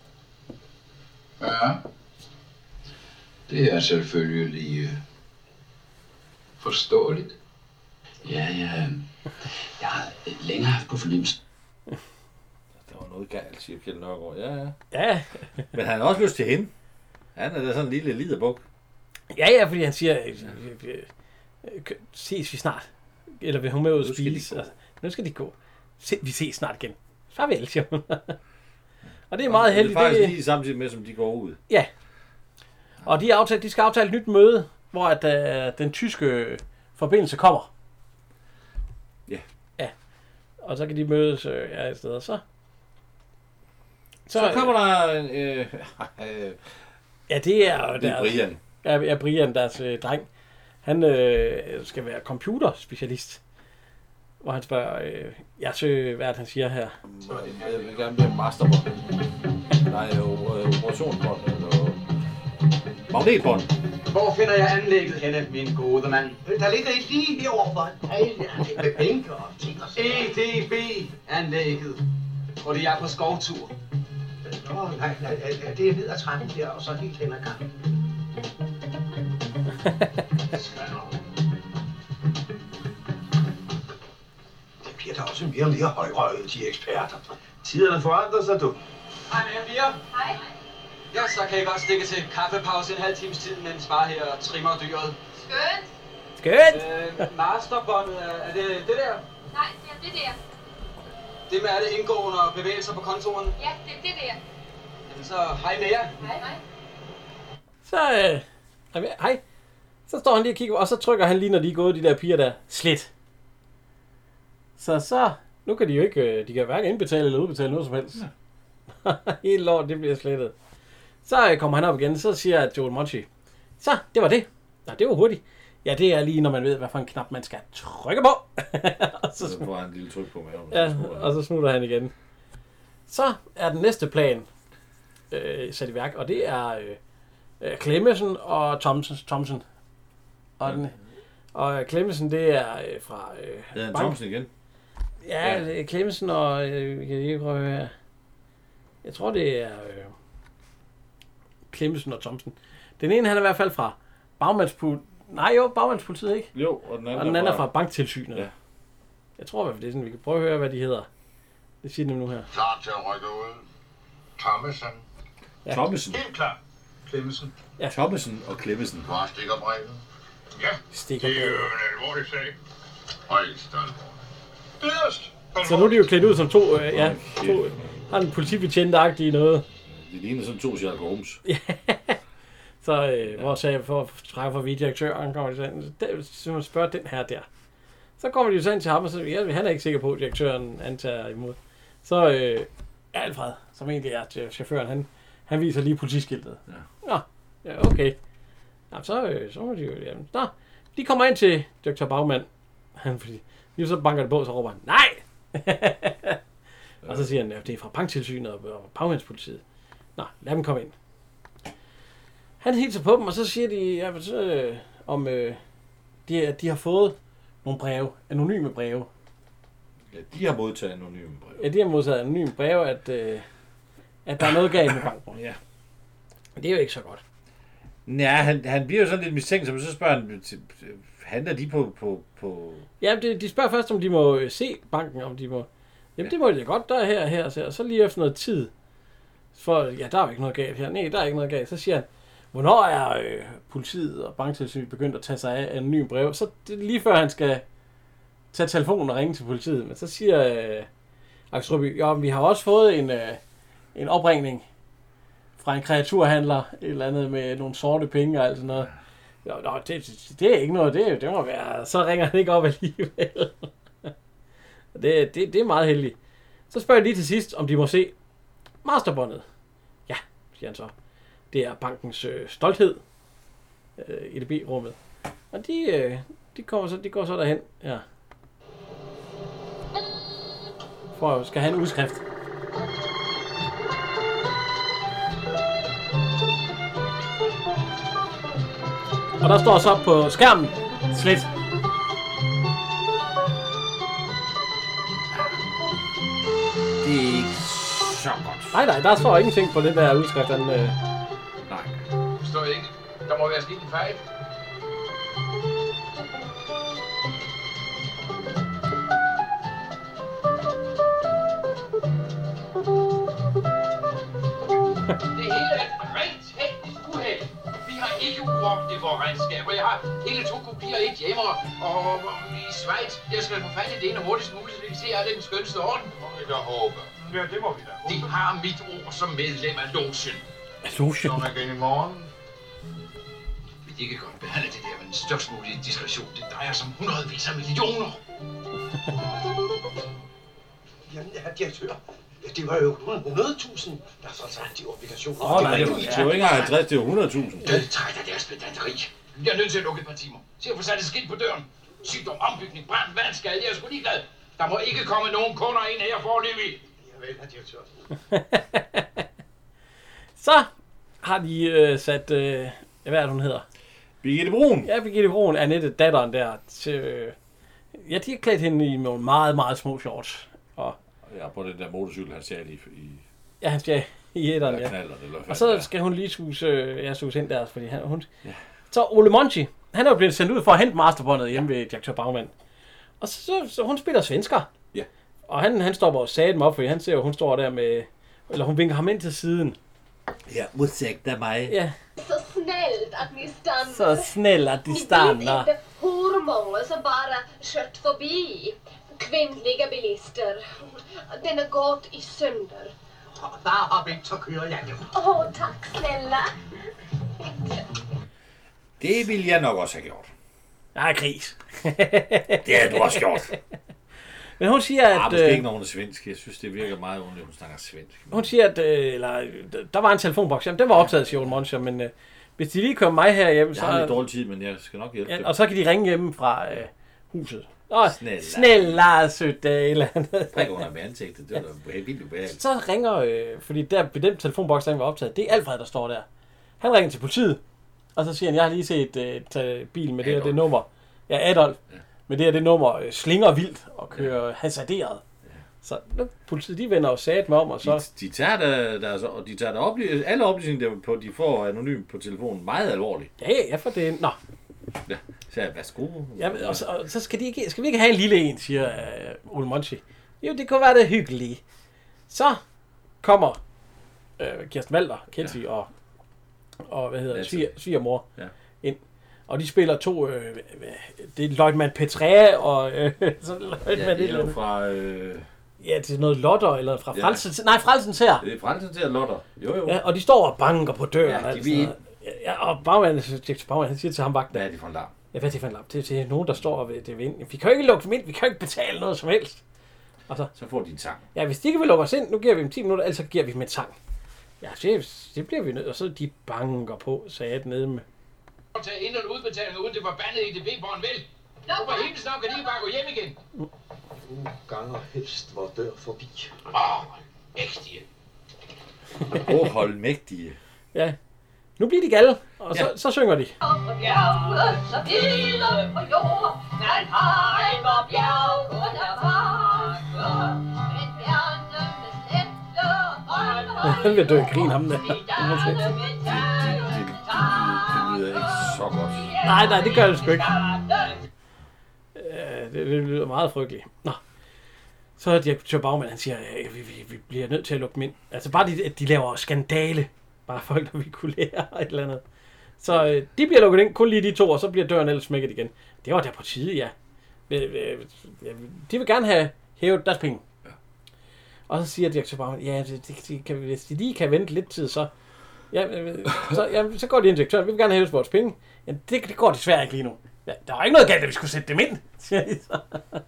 Ja, det er selvfølgelig forståeligt. Ja, jeg har længe haft på fornemmelse. Der var noget galt, siger Kjeld Nørgaard. Ja. Men han har også lyst til hende. Han er da sådan en lille liderbuk. Ja, fordi han siger, ses vi snart. Eller vil hun med ud og spise? Altså, nu skal de gå. Vi ses snart igen. Farvel, siger hun. Og det er meget heldigt. Det er faktisk lige samtidig med, som de går ud. Ja. Og de skal aftale et nyt møde, hvor at, den tyske forbindelse kommer. Ja. Og så kan de mødes et sted, og så kommer der ja, det er det er Brian. Ja, Brian, deres dreng. Han skal være computerspecialist. Hvor han spørger, hvad er det, han siger her? Jeg vil gerne blive masterbånd. Nej, operationsbånd. Magnetbånd. Hvor finder jeg anlægget henne, min gode mand? Der ligger et lige heroverfor. Med bænker og ting og sager. EDB-anlægget. Hvor de er på skovtur. Nå, nej, det er ned ad trappen der, og så helt hen ad gangen. Det bliver da også mere og mere højrøget, de eksperter. Tiderne forandrer sig, du. Hej med jer piger. Hej. Ja, så kan I godt stikke til kaffepause en halv times tid, mens far her trimmer dyret. Skønt! Masterbåndet, er det det der? Nej, det er det der. Det med alle indgående og bevægelser på kontoren? Ja, det er det der. Jamen så hej med jer. Hej. Så, hej. Så står han lige og kigger, og så trykker han lige, når de er gået, de der piger der, slet. Så, nu kan de jo ikke, de kan hverken indbetale eller udbetale noget som helst. Ja. Hele lort, det bliver slettet. Så kommer han op igen, så siger Joel Monchi, så, det var det. Nå, det var hurtigt. Ja, det er lige, når man ved, hvad for en knap man skal trykke på. Og så får han en lille tryk på maven. Ja, og så smutter han igen. Så er den næste plan sat i værk, og det er Clemmensen og Thomsen. Og Clemmensen, det er fra Thomsen igen? Ja, Clemmensen og vi kan lige prøve her. Jeg tror, det er Clemmensen og Thomsen. Den ene, han er i hvert fald fra bagmandspolitiet, ikke? Jo, og den anden, er fra banktilsynet. Ja. Jeg tror i hvert fald, det er sådan, vi kan prøve at høre, hvad de hedder. Det siger de nu her. Klar til at rykke ud. Thomsen. Ja. Thomsen. Helt klar. Clemmensen. Ja. Thomsen og Clemmensen. Hvor stikker brevet? Ja, Stikkerbrevet. det er jo en alvorlig sag. Højst alvorlig. Yderst. Så nu er de jo klædt ud som to har en politibetjent-agtige noget. Det ligner sådan 2 Sherlock Holmes. Så hvor sagde jeg for at træffe for direktøren, kommer de så man spørger den her der. Så kommer de jo så ind til ham, og så han er ikke sikker på, at direktøren antager imod. Så Alfred, som egentlig er chaufføren, han viser lige politiskiltet. Ja. Ja, okay. Jamen, så må de jo... Jamen, de kommer ind til direktør Bagmand. Fordi lige så banker det på, så råber han, nej! Og så siger han, at det er fra banktilsynet og bagmandspolitiet. Nå, lad dem komme ind. Han hilser på dem, og så siger de, om de har fået nogle breve, anonyme breve. Ja, de har modtaget anonyme breve. Ja, de har modtaget anonyme breve, at der er noget galt med banken. Ja. Det er jo ikke så godt. Ja, han bliver jo sådan lidt mistænksom, så spørger han, handler de på... Ja, de spørger først, om de må se banken, om de må... Jamen, det må de godt, der er her, og så lige efter noget tid, for ja, der er jo ikke noget galt her. Nej, der er ikke noget galt. Så siger han, hvornår er politiet og banktilsynet begyndt at tage sig af anonyme brev? Så det er lige før han skal tage telefonen og ringe til politiet. Men så siger Axel Røby, ja, vi har også fået en opringning fra en kreaturhandler, et eller andet med nogle sorte penge og alt sådan noget. Ja, det er ikke noget, det må være. Så ringer han ikke op alligevel. Det er meget heldigt. Så spørger jeg lige til sidst, om de må se masterbåndet. Ja, siger han så. Det er bankens stolthed, EDB-rummet. Og de går så derhen. Ja. Skal have en udskrift. Og der står så på skærmen slet. Det er ikke så godt. Nej, der står ingenting på det der udskrift. Nej. Forstår ikke. Der må være sket en fejl. Det hele er et rent teknisk uheld. Vi har ikke uordnet i vores regnskaber. Jeg har hele 2 kopier, et hjemme og i Schweiz. Jeg skal få fat i det ene hurtigst muligt, så vi kan se, at det er den skønneste orden. Må vi da håbe. Ja, det må vi da håbe. De har mit ord som medlem af logen. Som igen i morgen. Vi kan godt behandle det der med den størst mulige diskretion. Det drejer sig om hundredvis af millioner. Jamen, herr direktør, det var jo 100.000, der fortsatte de obligationer. Nej, det er jo ikke 50, det er jo 100.000. Jeg er træt af deres pedanteri. Jeg er nødt til at lukke et par timer. Se at få sat et skilt på døren. Sygdom, ombygning, brand, vandskade. Jeg er sgu ligeglad. Der må ikke komme nogen kunder ind her forløbig. Javel, herr direktør. Så har de sat, hvad er det, hun hedder? Birgitte Brun. Ja, Birgitte Brun, Annette, datteren der. Ja, de har klædt hende i nogle meget, meget små shorts. Og ja, på den der motorcykel, han stjal i... Ja, han stjal i etteren, ja. Knaller, og så skal hun lige suse ind der, fordi hun... Ja. Så Ole Monchi, han er jo blevet sendt ud for at hente masterbåndet hjemme ved direktør Bagmand. Og så hun spiller svensker. Ja. Og han stopper og sagde dem op, fordi han ser jo, hun står der med... Eller hun vinker ham ind til siden. Ja, ursäkta mig. Ja. Så snällt att ni stannar. Så snäll att ni stannar. Ni vet inte hur många som bara kört förbi. Kvinnliga bilister. Den har gått i sönder. Bare hop ind, så kører jeg dem. Tack snälla. Det ville jeg nok også have gjort. Jeg er gris. Det har du også gjort. Men hun siger, at... måske ikke nogen svensk. Jeg synes, det virker meget underligt, hun snakker svensk. Hun siger, at der var en telefonboks. Jamen, den var optaget, siger Ole Monchi, men hvis de lige kører mig herhjemme, så... Jeg har lidt dårlig tid, men jeg skal nok hjælpe dem. Og så kan de ringe hjemme fra huset. Snälla, sødte, eller andet. Ring under med ansigtet, det var da vildt ubehageligt. Så ringer, fordi der ved den telefonboks, der var optaget, det er Alfred, der står der. Han ringer til politiet, og så siger han, jeg har lige set bil med det nummer. Ja, Adolf. Ja. Med det nummer slinger vildt og kører hasarderet. Ja. Så politiet, de vender jo sat med om, og så... De tager alle oplysninger, de får anonymt på telefonen, meget alvorligt. Ja, for det... Nå. Ja, så værsgo. Ja, og så skal vi ikke have en lille en, siger Ole Monchi. Jo, det kunne være det hyggelige. Så kommer Kirsten Walther, Kelsey og hvad hedder det, svigermor ind. Og de spiller to, det er løjtmand Petra og så løjtmand det er jo fra... Ja, det er noget lotter, eller fra Frelsen... Nej, Frelsens her. Det er Frelsens her lotter. Jo. Ja, og de står og banker på døren. Ja, de vil ind. Ja, og bagmanden, han siger til ham vagten. Hvad er det for en larm? Ja, hvad er det for en larm? Det er nogen, der står ved det vind. Vi kan jo ikke lukke dem ind, vi kan jo ikke betale noget som helst. Og så får de en sang. Ja, hvis de ikke vil lukke os ind, nu giver vi dem 10 minutter, ellers så giver vi dem en sang. Ja, det bliver vi nødt, og så de banker på, sagde jeg nede med. Tage ind- og udbetalinger uden det forbandede EDB-bånd, vel? Hvorfor helt snart kan de bare gå hjem igen? Ganger helst vor dør forbi. Mægtige. Hold mægtige. Ja. Nu bliver de galde, og så synger de. Han vil dø i grin, ham der. Det lyder ikke så godt. Nej, det gør det sgu ikke. Det lyder meget frygteligt. Nå. Så er direktør Bagman, han siger, vi bliver nødt til at lukke dem ind. Altså bare de laver skandale. Bare folk, der vil kunne lære et eller andet. Så de bliver lukket ind, kun lige de to, og så bliver døren ellers smækket igen. Det var der på tide, ja. De vil gerne have hævet deres penge. Ja. Og så siger direktør Bagman, ja, hvis de lige kan vente lidt tid, så går de ind til direktøren, vi vil gerne hæve vores penge. Ja, det går desværre ikke lige nu. Ja, der var ikke noget galt, at vi skulle sætte dem ind, siger de så.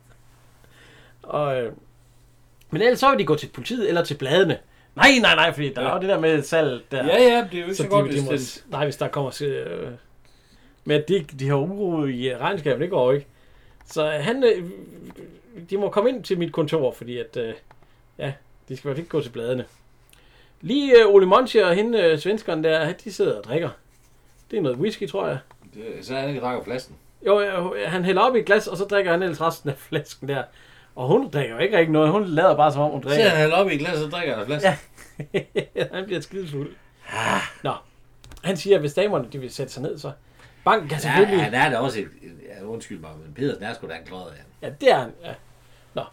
Men ellers så vil de gå til politiet eller til bladene. Nej, fordi der er jo det der med salg der. Ja, det er jo ikke så godt, nej, hvis der kommer... med at de har uro i regnskabet, det går ikke. Så de må komme ind til mit kontor, fordi at... de skal ikke gå til bladene. Lige Ole Monchi og hende, svenskeren der, de sidder og drikker. Det er noget whisky, tror jeg. Så han ikke drikker flasken? Jo, han hælder op i et glas, og så drikker han ellers resten af flasken der. Og hun drikker jo ikke rigtig noget. Hun lader bare som om hun drikker. Så han hælder op i et glas, og så drikker han af flasken? Ja, han bliver skidefuld. Nå, han siger, at hvis damerne de vil sætte sig ned, så... Banken kan selvfølgelig... Ja, han er da også undskyld mig, men Pedersen er sgu da en klodder af. Ja, det er han, ja. Nå,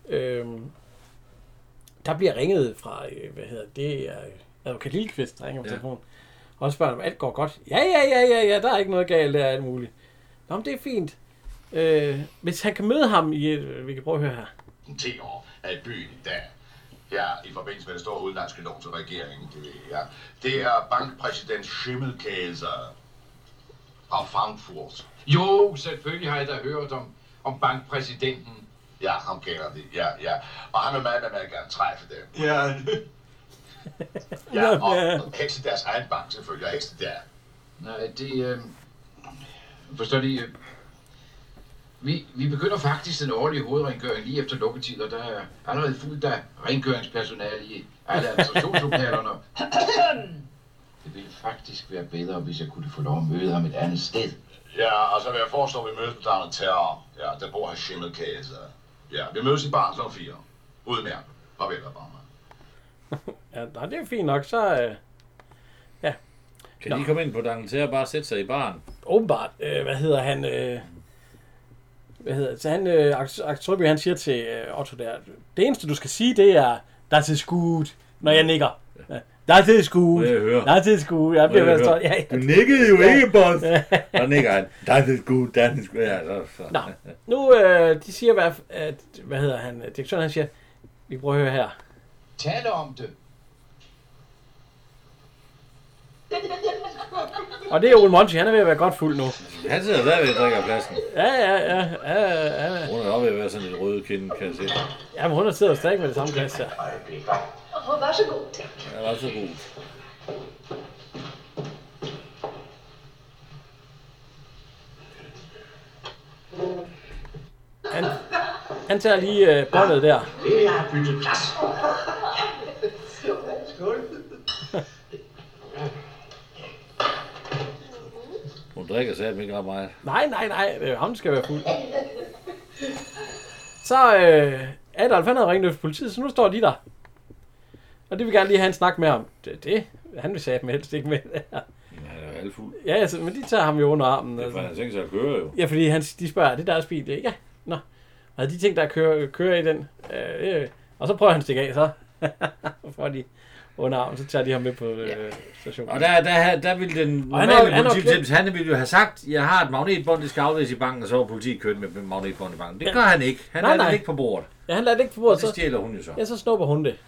der bliver ringet fra, det er advokat Lillekvist, der ringer på telefonen. Og spørger om alt går godt. Ja, der er ikke noget galt, der er alt muligt. Nå, men det er fint. Hvis han kan møde ham i... Vi kan prøve at høre her. 10 år er i byen i dag. Ja, i forbindelse med det store udenlandske lån til regeringen. Det er bankpræsident Schimmelkäse fra Frankfurt. Jo, selvfølgelig har jeg da hørt om bankpræsidenten. Ja, ham kender de. Ja. Og han er med, at man gerne træffe dem. Ja. Ja, og hekse deres egen bank selvfølgelig, og hekse der. Nej, det... Forstår de... Vi begynder faktisk den årlige hovedrengøring lige efter lukketid, og der er allerede fuldt af rengøringspersonale i alle administrationslokalerne. Det ville faktisk være bedre, hvis jeg kunne få lov at møde ham et andet sted. Ja, og så vil jeg foreslå, at vi mødes på Dagene Terror. Ja, der bor her Schimmelkäse. Ja, vi mødes i baren kl. 4. Udmærket. Farvel, barmand. Ja, det er fint nok, så... ja. Kan de komme ind på Dagene Terror og bare sætte sig i baren? Åbenbart. Så han, Aktryby, han siger til Otto der, det eneste du skal sige, det er, das ist gut, når jeg nikker. Das ist gut. Das ist gut. Jeg bliver været stolt. Ja. Du nikkede jo ikke, boss. Og nikker han. Das ist gut, das ist gut. Ja, så. Nå, nu de siger, hvad hedder han, direktøren, han siger, vi prøver at høre her. Tale om det. Og det er Ole Monchi, han er ved at være godt fuld nu. Han sidder der ved at drikke af pladsen. Ja. Hun er oppe ved at være sådan lidt røde kinde, kan jeg se. Ja, men hun sidder stadig med det samme glas her. Vær så god. Ja, vær så god. Han tager lige båndet der. Jeg har byttet plads. Skål. Hun drikker sig ikke ret meget. Nej. Ham skal være fuld. Så Adolf, han havde ringet efter politiet, så nu står de der. Og det vil gerne lige have en snak med ham. Han vil sige, helst ikke med. Han er jo halvfuld. Ja, altså, men de tager ham jo under armen. Det er for, han tænker sig at køre jo. Ja, fordi de spørger, er det deres bil? Ja, nå. Og de tænkt der at køre i den. Og så prøver han at stikke af, så får de under armen, så tager de ham med på stationen. Og der ville den normale politibetjent, han ville jo have sagt, jeg har et magnetbånd, det skal aflæses i banken, og så var politiet kørt med magnetbånd i banken. Det gør han ikke. Han lader det ikke på bordet. Ja, han lader det ikke på bordet. Og det stjæler hun jo så. Ja, så snupper hun det.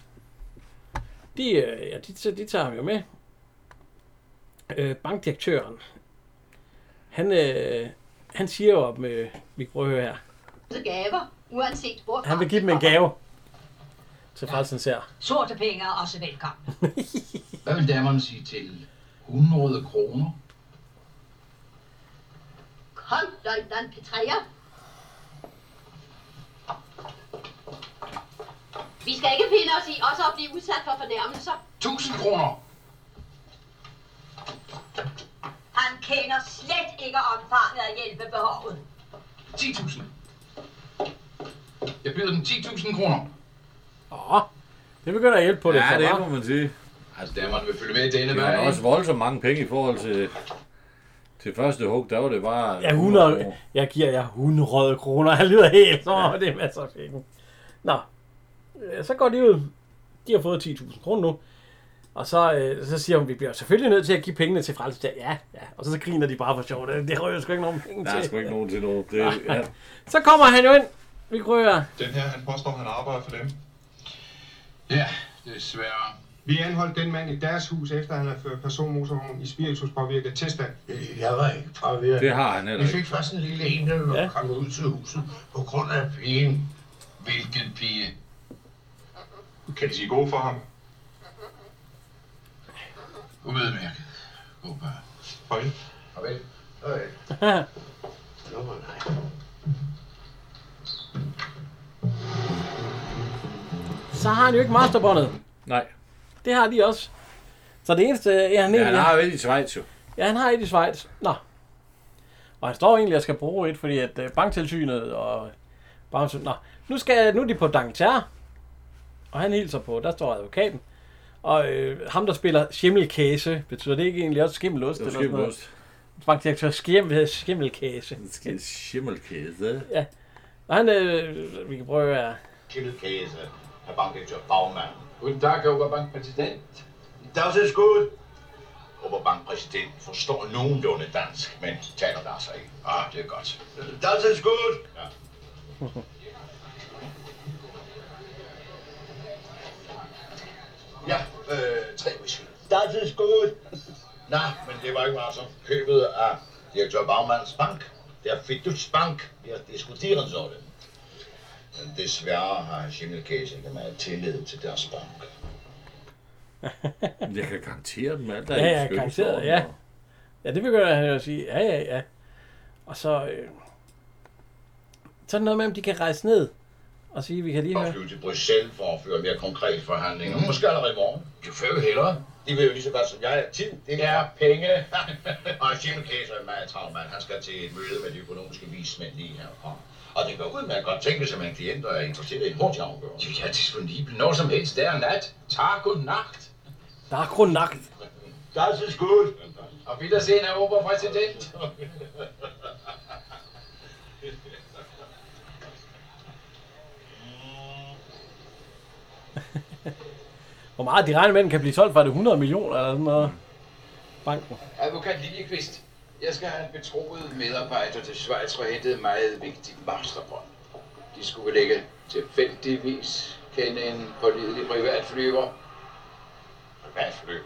De tager ham jo med. Bankdirektøren. Han siger jo op med, vi kan prøve at høre her. Gaver, uanset hvor. Han vil give dem en gave. Til frelsen ser. Sorte penge er også velkommen. Hvad vil damerne sige til 100 kroner? Kom, løjtnant Petrea. Vi skal ikke finde os i også at blive udsat for fornærmelser. 1000 kroner. Han kender slet ikke omfanget af hjælpebehovet. 10.000. Jeg byder den 10.000 kroner. Det begynder at hjælpe på det. Ja, det må man sige. Altså, damerne vil følge med i denne vej. Det er også voldsomt mange penge i forhold til første hug. Der var det bare... Ja, 100. Jeg giver jer 100 kroner. Han lyder helt så. Det er masser af penge. Nå. Så går de ud. De har fået 10.000 kroner nu. Og så siger hun, vi bliver selvfølgelig nødt til at give pengene til frelsen. Ja. Og så griner de bare for sjov. Det rører sgu ikke nogen penge til. Der er sgu ikke nogen til noget. Det, ja. Så kommer han jo ind. Vi rører. Den her, han påstår, han arbejder for dem. Ja, desværre. Vi anholdt den mand i deres hus, efter han havde ført personmotorvogn i spirituspåvirket tilstand. Jeg var ikke påvirket. Det har han heller ikke. Vi fik først en lille en, der var kommet ud til huset på grund af pigen. Hvilken pige? Kan de sige god for ham? Umiddelmærket. God bare. Farvel. Farvel. Farvel. Så har han jo ikke masterbåndet. Nej. Det har de også. Så det eneste han han har jo et i Schweiz jo. Ja, han har et i Schweiz. Nå. Og han står egentlig, at jeg skal bruge et, fordi at banktilsynet og... Nå, nu er de på D'Angleterre. Og han hilser på, der står advokaten. Og ham, der spiller Schimmelkäse, betyder det ikke egentlig også skimmelost? Det er skimmelost. Bankdirektør Schimmelkäse. Schimmelkäse? Ja. Og han, vi kan prøve at... Schimmelkäse, Herr Bankdirektør Baumann. Guten Tag, Oberbankpräsident. Das ist gut. Oberbankpræsident forstår nogenlunde dansk, men taler der altså ikke. Det er godt. Das ist gut. Ja. Ja, 3 whisky. Das ist gut. Nå, men det var ikke bare så købet af direktør Baumanns bank. Det er Fidus Bank. Vi har diskuteret sådan. Men desværre har Schimmelkäse ikke meget tillid til deres bank. Jeg kan garantere dem alt, der ja, garanteret, ja. Ja, det begynder han jo at sige. Ja. Og så er det noget med, om de kan rejse ned og sige, vi kan lige høre. Og flyve til Bruxelles for at føre mere konkrete forhandlinger. Måske allerede i morgen. De fører hellere. De vil jo lige så godt som jeg. Tid, det er penge. Og Schimmelkäse er en meget travl mand. Han skal til et møde med de økonomiske vismænd lige herfra. Og det går ud med at godt tænke sig, at en klient er interesseret i en hurtig afgørelse. Jeg er disponibel når som helst der nat. Tag og nagt. Tag og nagt. Das ist gut. Auf Wiedersehen, Herr Oberpräsident. Hvor meget de regner med, den kan blive solgt for, det 100 millioner eller sådan noget. Banken. Advokat Liljeqvist, jeg skal have en betroet medarbejder til Schweiz for at hente et meget vigtigt masterbånd. De skulle vel ikke tilfældigvis kende en pålidelig privatflyver. Privatflyver?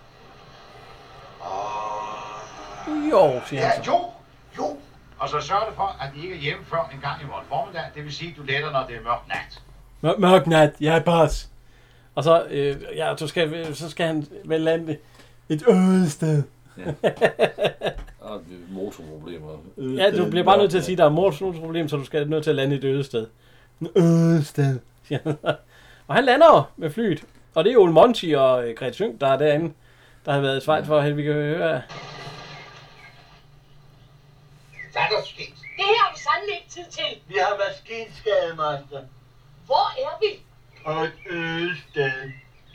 Jo, siger han så. Jo. Og så sørg det for, at de ikke er hjemme før en gang i morgen formiddag. Det vil sige, at du letter, når det er mørk nat. Mørk nat, ja, boss. Og så, så skal han vel lande et øde sted. Ja. Og motorproblemer. Ja, du bliver bare nødt til at sige, at der er motorproblemer, så du skal nødt til at lande et øde sted. Et øde sted. Og han lander med flyet. Og det er Ole Monti og Grete Sønk, der er derinde, der har været i Schweiz for, at vi kan høre. Hvad er der sket? Det her har vi sandelig ikke tid til. Vi har maskinskade, master. Hvor er vi? Og et øde sted.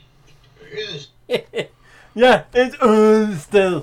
Ja, et øde sted.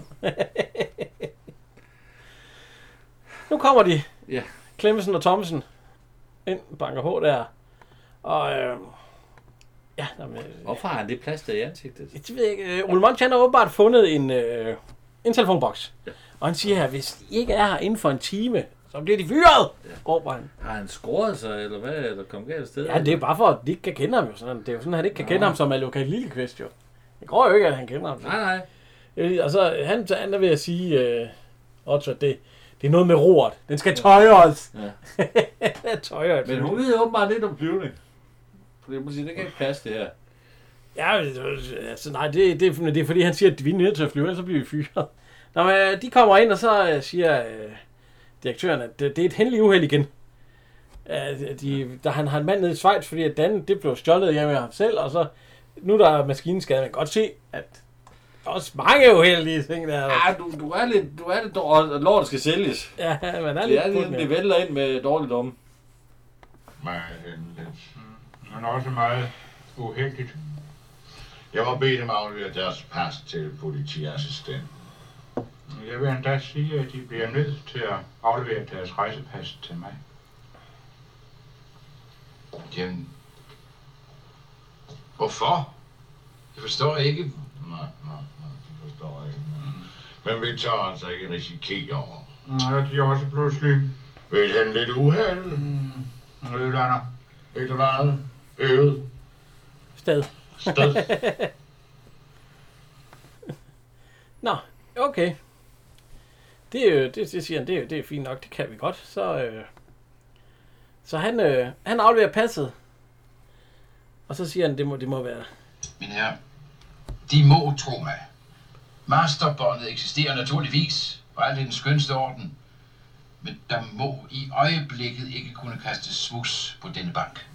Nu kommer de. Ja. Clemmensen og Thomsen. Ind, banker på der. Og ja, hvorfor har han det plaster i ansigtet? Jeg ved ikke. Ole Monty, han har åbenbart fundet en telefonboks. Ja. Og han siger her, hvis I ikke er her inden for en time, så bliver de fyret, råber han. Har han scoret sig, eller hvad? Eller kom galt sted? Ja, det er bare for, at de ikke kan kende ham. Jo. Sådan, det er jo sådan, at han ikke kan kende ham som Advokat Lillekvist, jo. Det går jo ikke, at han kender ham. Nej. Og så han er ved at sige, Otto, at det er noget med roret. Den skal tøjres. Ja. Tøjres. Men hun ved åbenbart lidt om flyvning. Fordi man siger, det kan ikke passe det her. Ja, altså nej, det er fordi, han siger, at vi er nødt til at flyve, ellers så bliver vi fyret. Nå, men de kommer ind, og så siger direktøren, at det er et hændeligt uheld igen. Han har en mand nede i Schweiz, fordi at det blev stjålet hjemme af ham selv, og så nu der er maskineskade. Man kan godt se, at der er også mange uheldige ting der. Ja, du er lidt dårlig, og lort skal sælges. Ja, man er lidt det vælter ind med dårligdomme. Men også meget uheldigt. Jeg må bede dem aflevere deres pas til politiassistent. Jeg vil endda sige, at de bliver nødt til at aflevere deres rejsepas til mig. Jamen, hvorfor? Jeg forstår ikke. Nej, det forstår jeg ikke. Men vi tager altså ikke risikere. Nej, de er også pludselig. Vil han lidt uheld? Ødlander. Et eller andet. Øvet. Sted. Nå, okay. Det siger han, det er fint nok, det kan vi godt. Så han afleverer passet. Og så siger han, det må være. Mine herrer, de må tro mig. Masterbåndet eksisterer naturligvis, og alt i den skønste orden. Men der må i øjeblikket ikke kunne kastes smuds på denne bank.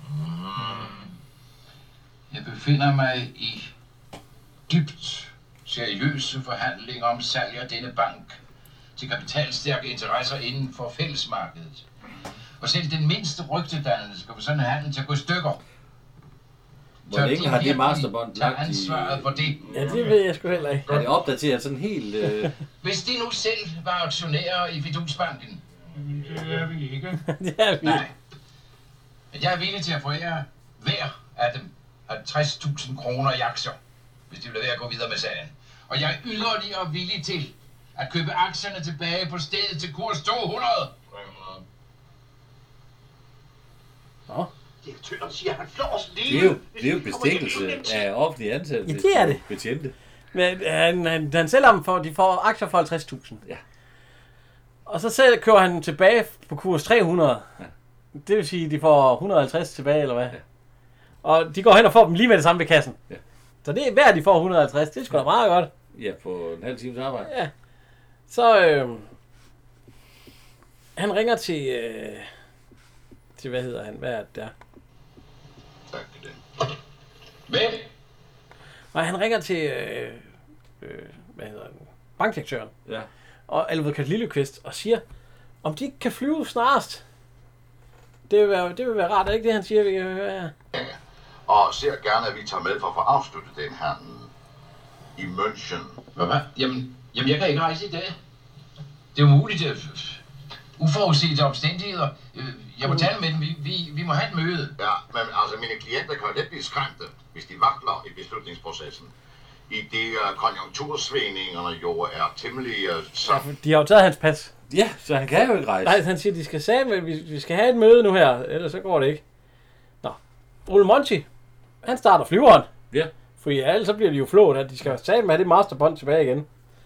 Jeg befinder mig i dybt seriøse forhandlinger om salg af denne bank til kapitalstærke interesser inden for fællesmarkedet. Og selv den mindste rygtedannelse kan få sådan en handel til at gå i stykker. Hvor længe har de masterbånd lagt i... ansvaret for det? Ja, det ved jeg sgu heller ikke. Er det opdateret sådan helt... Hvis de nu selv var aktionærer i Fidusbanken. Det er vi ikke. Det er vi. Nej. Men jeg er villig til at forære hver af dem 50.000 kroner i aktier, hvis de vil lade være at gå videre med sagen. Og jeg er yderligere villig til at købe aktierne tilbage på stedet til kurs 200. Nå. Direktøren siger, at han slår os lige. Det er jo bestikkelse af offentlige ansatte. Ja, det er det. Betjente. Men han sælger dem de får aktier for 50.000. Ja. Og så selv kører han tilbage på kurs 300. Ja. Det vil sige, at de får 150 tilbage, eller hvad? Ja. Og de går hen og får dem lige med det samme ved kassen. Ja. Så det er hver, de får 150. Det er sgu da meget godt. Ja, på en halv times arbejde. Ja. Så han ringer til hvad hedder han? Hvad er det der? Hvem? Og han ringer til hvad hedder han? Bankdirektøren. Ja. Og Advokat Lillekvist og siger, om de ikke kan flyve snarest. Det vil være rart, ikke det han siger, vi kan høre her. Og ser gerne, at vi tager med for at få afsluttet den handel i München. Hvad? Jamen, jeg kan ikke rejse i dag. Det er umuligt. Uforudsete omstændigheder. Jeg må tale med dem. Vi må have et møde. Ja, men altså mine klienter kan let blive skræmte, hvis de vakler i beslutningsprocessen. I det konjunktursvingningerne jo er temmelig så... Ja, de har jo taget hans pas. Ja, så han kan jo ikke rejse. Nej, han siger, de skal sige, vi skal have et møde nu her, ellers så går det ikke. Nå, Ole Monty, han starter flyveren. Ja. Fordi ellers så bliver de jo flået, at de skal sige med det masterbånd tilbage igen.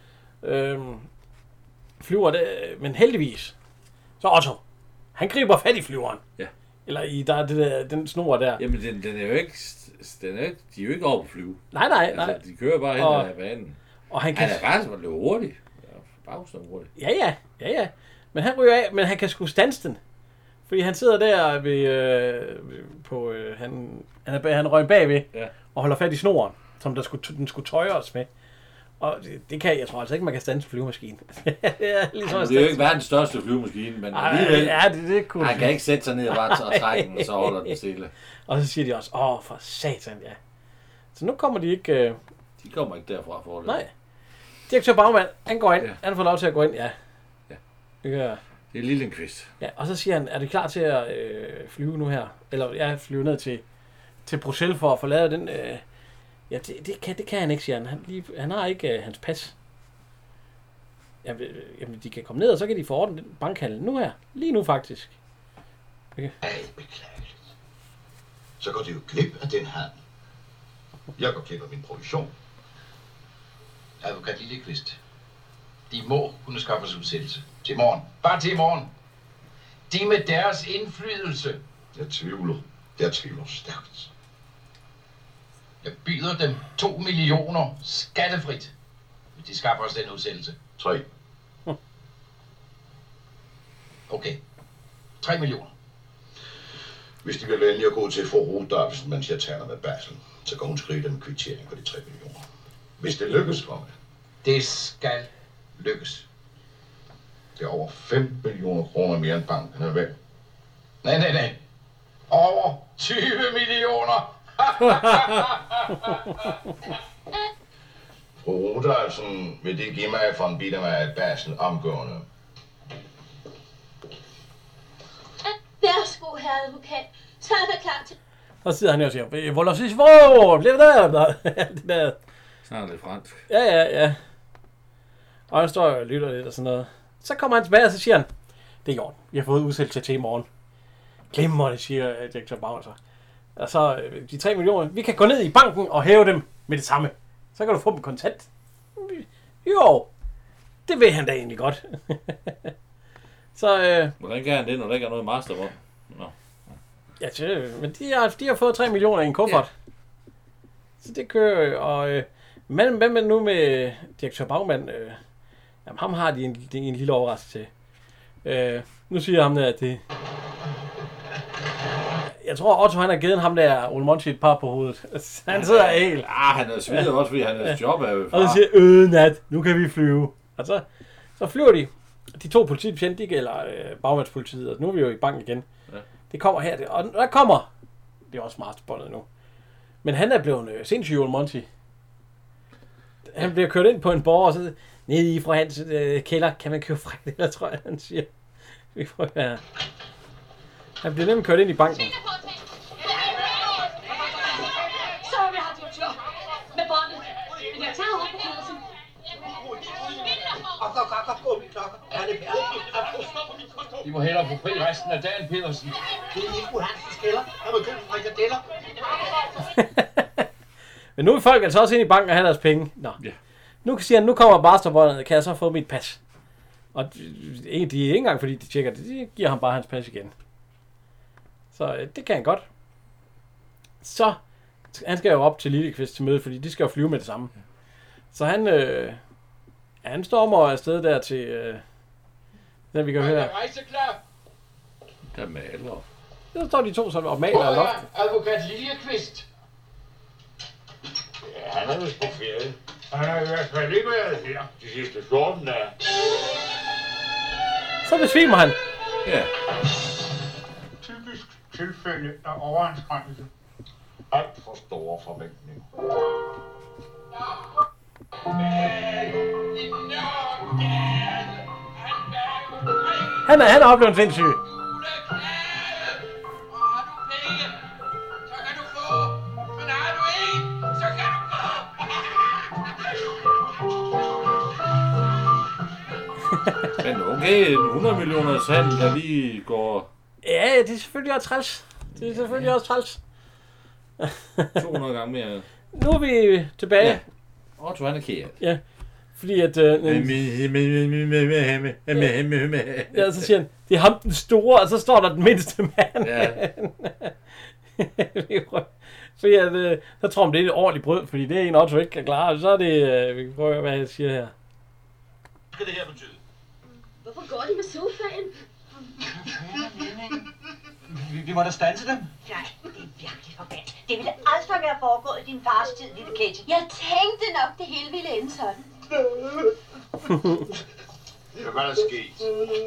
Flyver det, men heldigvis. Så Otto, han griber fat i flyveren. Ja. Eller der er det der, den snor der. Jamen, den er jo ikke... De er jo ikke over på flyve. Nej. Altså, de kører bare hen ad banen. Og han kan... Han er faktisk løbet hurtigt. Bare hurtigt. Ja. Men han ryger af, men han kan sgu standse den. Fordi han sidder der ved, han røg bagved og holder fat i snoren, som den skulle tøje os med. Og det kan jeg tror altså ikke, man kan standse en flyvemaskine. Det er ligesom det er jo ikke verdens største flyvemaskine, men alligevel, ja, det kunne han kan ikke sætte sig ned og bare trække den, og så holder den stille. Og så siger de også, for satan, ja. Så nu kommer de ikke... De kommer ikke derfra foreløbig. Nej. Direktør Bagmand, han går ind. Ja. Han får lov til at gå ind, ja. Det er Lillenqvist. Ja, og så siger han, er du klar til at flyve nu her? Eller flyve ned til Bruxelles for at få lavet den... Ja, det kan han ikke, siger han. Han har ikke hans pas. Jamen, de kan komme ned, og så kan de få ordnet den bankhandel nu her. Lige nu, faktisk. Okay. Beklageligt. Så går det jo glip af den handel. Jeg går glip af min provision. Advokat Lillenqvist. De må kunne skaffe os udsættelse. Til morgen. Bare til i morgen. De med deres indflydelse. Jeg tvivler stærkt. Jeg byder dem 2 millioner skattefrit, hvis de skaffer os den udsættelse. 3. Okay. 3 millioner. Hvis de vil vælge at gå til fru Rudolfsen, mens jeg taler med Basel, så kan hun skrive dem en kvittering på de 3 millioner. Hvis det lykkes for mig. Det skal lykkes. Det er over 5 millioner kroner mere end banken er værd. Nej. Over 20 millioner! Fru Rudolfsen, vil det give mig for en bitte af Basel omgående? Værsgo, herre advokat. Så er der klar til... Så sidder han jo og siger, hvor lad os hvor bliver det der? Snart lidt fransk. Ja. Og han står og lytter lidt og sådan noget. Så kommer han tilbage, og så siger han, det er i orden. Vi har fået udsættelse til i morgen. Glimrende, siger direktør Bauer. Og så de 3 millioner, vi kan gå ned i banken og hæve dem med det samme. Så kan du få dem kontant. Jo, det vil han da egentlig godt. Så, hvordan kan han det, når der ikke er noget masterrum? Nå. Ja, men de har fået 3 millioner i en kuffert. Ja. Så det kører, og men hvad med nu med direktør Bagmand? Jamen, ham har de en lille overraskelse til. Nu siger ham der, at det... Jeg tror, Otto han har givet ham der Ole Monti et par på hovedet. Han sidder helt... Han er svidet også, fordi hans job er jo far. Og så siger, nat, nu kan vi flyve. Og så flyver de. De 2 politibetjente, eller bagmandspolitiet, og nu er vi jo i banken igen. Ja. Det kommer her, og der kommer... Det er også masterbåndet nu. Men han er blevet sindssyg, Ole Monti. Han bliver kørt ind på en borger, og så nede i fra hans kælder, kan man købe frikadelle, tror jeg, han siger. Vi får her. Han bliver nemlig kørt ind i banken. Så er vi her, direktør. Med båndet. Men jeg tager op på Pedersen. Gå, min klokker. Er det færdigt? I må hellere få fri resten af dagen, Pedersen. Det er Nico Hansens kælder. Han må købe frikadeller. Men nu er folk altså også ind i banken og have deres penge. Nå. Ja. Nu siger han, nu kommer masterbåndet, kan jeg så få mit pas? Og de er ikke engang, fordi de tjekker det, de giver ham bare hans pas igen. Så det kan han godt. Så han skal jo op til Lillenqvist til møde, fordi de skal jo flyve med det samme. Så han stormer afsted der til... den vi kan høre. Rejseklar. Der maler. Så står de 2 som og maler af loftet. Advokat Lillenqvist. Ja, han er vist på ferie. Han har i hvert fald ikke været her de sidste 14 dage. Så besvimer han. Ja. Typisk tilfælde af overanstrengelse. Alt for store forventninger. Han er oplevet sindssyg. Men okay, 100 millioners handel, der lige går... Ja, det er selvfølgelig også træls. 200 gange mere. Nu er vi tilbage. Ja. Otto, han er kæret. Ja, fordi at... ja, så siger han, det er ham den store, og så står der den mindste mand. Ja. Fordi at, så tror man, det er et ordentligt brød, fordi det er en Otto ikke kan klare. Så er det... vi kan prøve, hvad jeg siger her. Hvad skal det her betyde? Hvorfor går de med sofaen? Vi må da standse dem. Nej, det er virkelig forbandt. Det ville aldrig være foregået i din fars tid, lille Ketty. Jeg tænkte nok, det hele ville ende sådan. Hvad er der sket?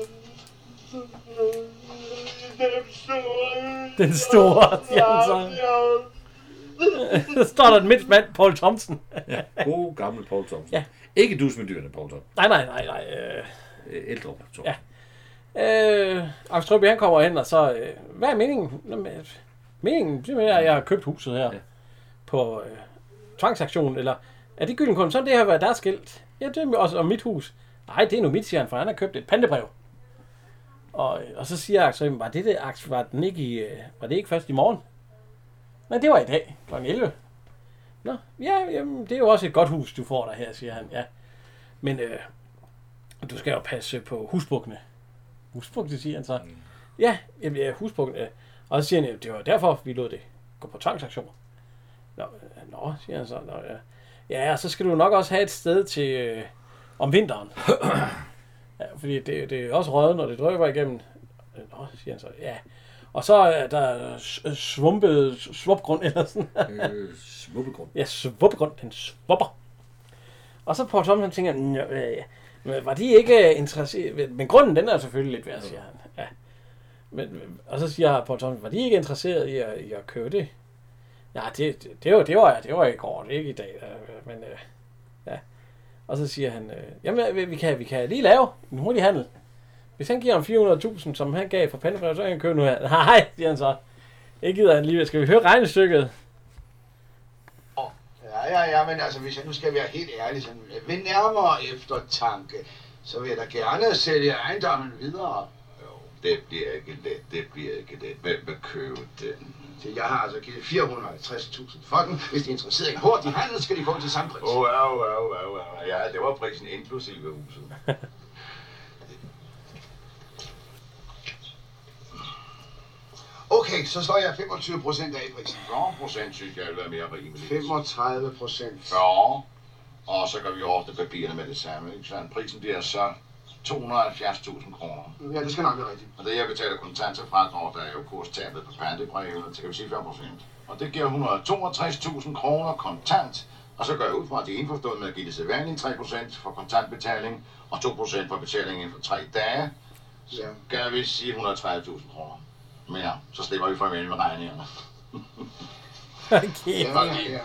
Den store, siger han så. Så står der en mindst mand, Paul Thomsen. Ja, god gammel Paul Thomsen. Ja. Ikke dus med dyrene, Paul Thomsen. Nej. Ældre, tror jeg. Ja. Akstrup, han kommer hen, og så... hvad er meningen? Meningen, det er, at jeg har købt huset her. Ja. På tvangsaktion, eller... Er det Gyldenkunden? Så det har været deres skilt. Ja, det er også om mit hus. Nej, det er nu mit, siger han, for han har købt et pantebrev. Og så siger Axel, var det ikke først i morgen? Nej, det var i dag, kl. 11. Nå, ja, jamen, det er jo også et godt hus, du får der her, siger han. Ja. Men du skal jo passe på husbukkene. Husbukkene, siger han så. Ja, husbukkene. Og så siger han, det var derfor, vi lod det gå på tvangsaktion. Nå, siger han så. Nå, ja. Ja, så skal du nok også have et sted til om vinteren. Ja, fordi det er også røget, når det drøber igennem. Nå, siger han så. Ja. Og så er der svupgrund eller sådan. Svuppegrund. Ja, svuppegrund. Den svupper. Og så Paul Thomsen tænker, var de ikke interesseret? Men grunden, den er selvfølgelig lidt værd, siger han. Ja. Og så siger Paul Thomsen, var de ikke interesseret i at købe det? Ja, det var i går, det er ikke i dag. Men ja. Og så siger han, jamen vi kan lige lave en hurtig handel. Hvis han giver ham 400.000, som han gav for pantebrevet, så kan han købe nu her. Nej, siger han så. Jeg gider han lige. Skal vi høre regnestykket? Ja, men altså, hvis jeg nu skal være helt ærlig, sådan, ved nærmere eftertanke, så vil jeg da gerne sælge ejendommen videre. Jo, det bliver ikke let. Hvem vil købe den? Så jeg har altså givet 450.000 for den. Hvis de er interesseret i en hurtig handel, skal de få til samme pris. Ja, det var prisen inklusive huset. Okay, så slår jeg 25% af i prisen. 40% synes jeg vil være mere rimeligt. 35%. Ja, og så kan vi ordne papirerne med det samme. Ikke? Så prisen bliver så 270.000 kroner. Ja, det skal nok være rigtigt. Og det jeg betaler kontant til fradrag, der er jo kurstabet på pantebrevet, så kan vi sige 5%. Og det giver 162.000 kroner kontant. Og så går jeg ud fra, at de er indforstået med at give det sædvanlige 3% for kontantbetaling, og 2% for betaling inden for 3 dage. Så kan vi sige 130.000 kroner. Men ja, så slipper vi for med regningerne. Okay. Ja.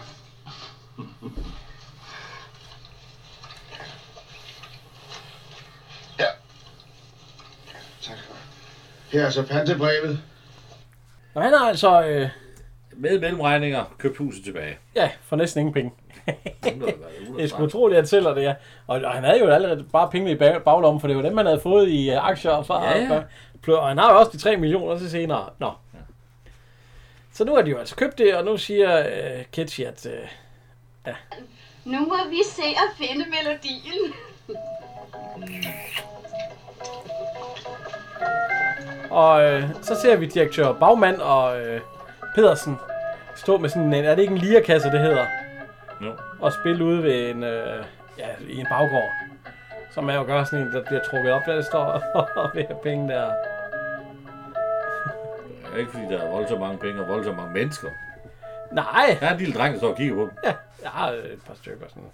Ja. Tak. Her er så pantebrevet. Og han har altså... med mellemregninger købt huset tilbage. Ja, for næsten ingen penge. Det er sgu utroligt, at han sælger det, ja. Og han havde jo allerede bare pengene i baglommen, for det var dem, han havde fået i aktier. Og han har jo også de 3 millioner til senere. Nå. Ja. Så nu har de jo altså købt det, og nu siger Ketty, at... ja. Nu må vi se at finde melodien. Og så ser vi direktør Bagmand og Pedersen stå med sådan en... Er det ikke en lirakasse, det hedder? Jo. Og spille ude ved en... i en baggård. Som er jo gør sådan en, der bliver trukket op, der det står og ved penge der. Det er ikke fordi, der er voldsomt mange penge og voldsomt mange mennesker. Nej. Der er en lille dreng, der står og kigger på dem. Ja, jeg har et par stykker sådan.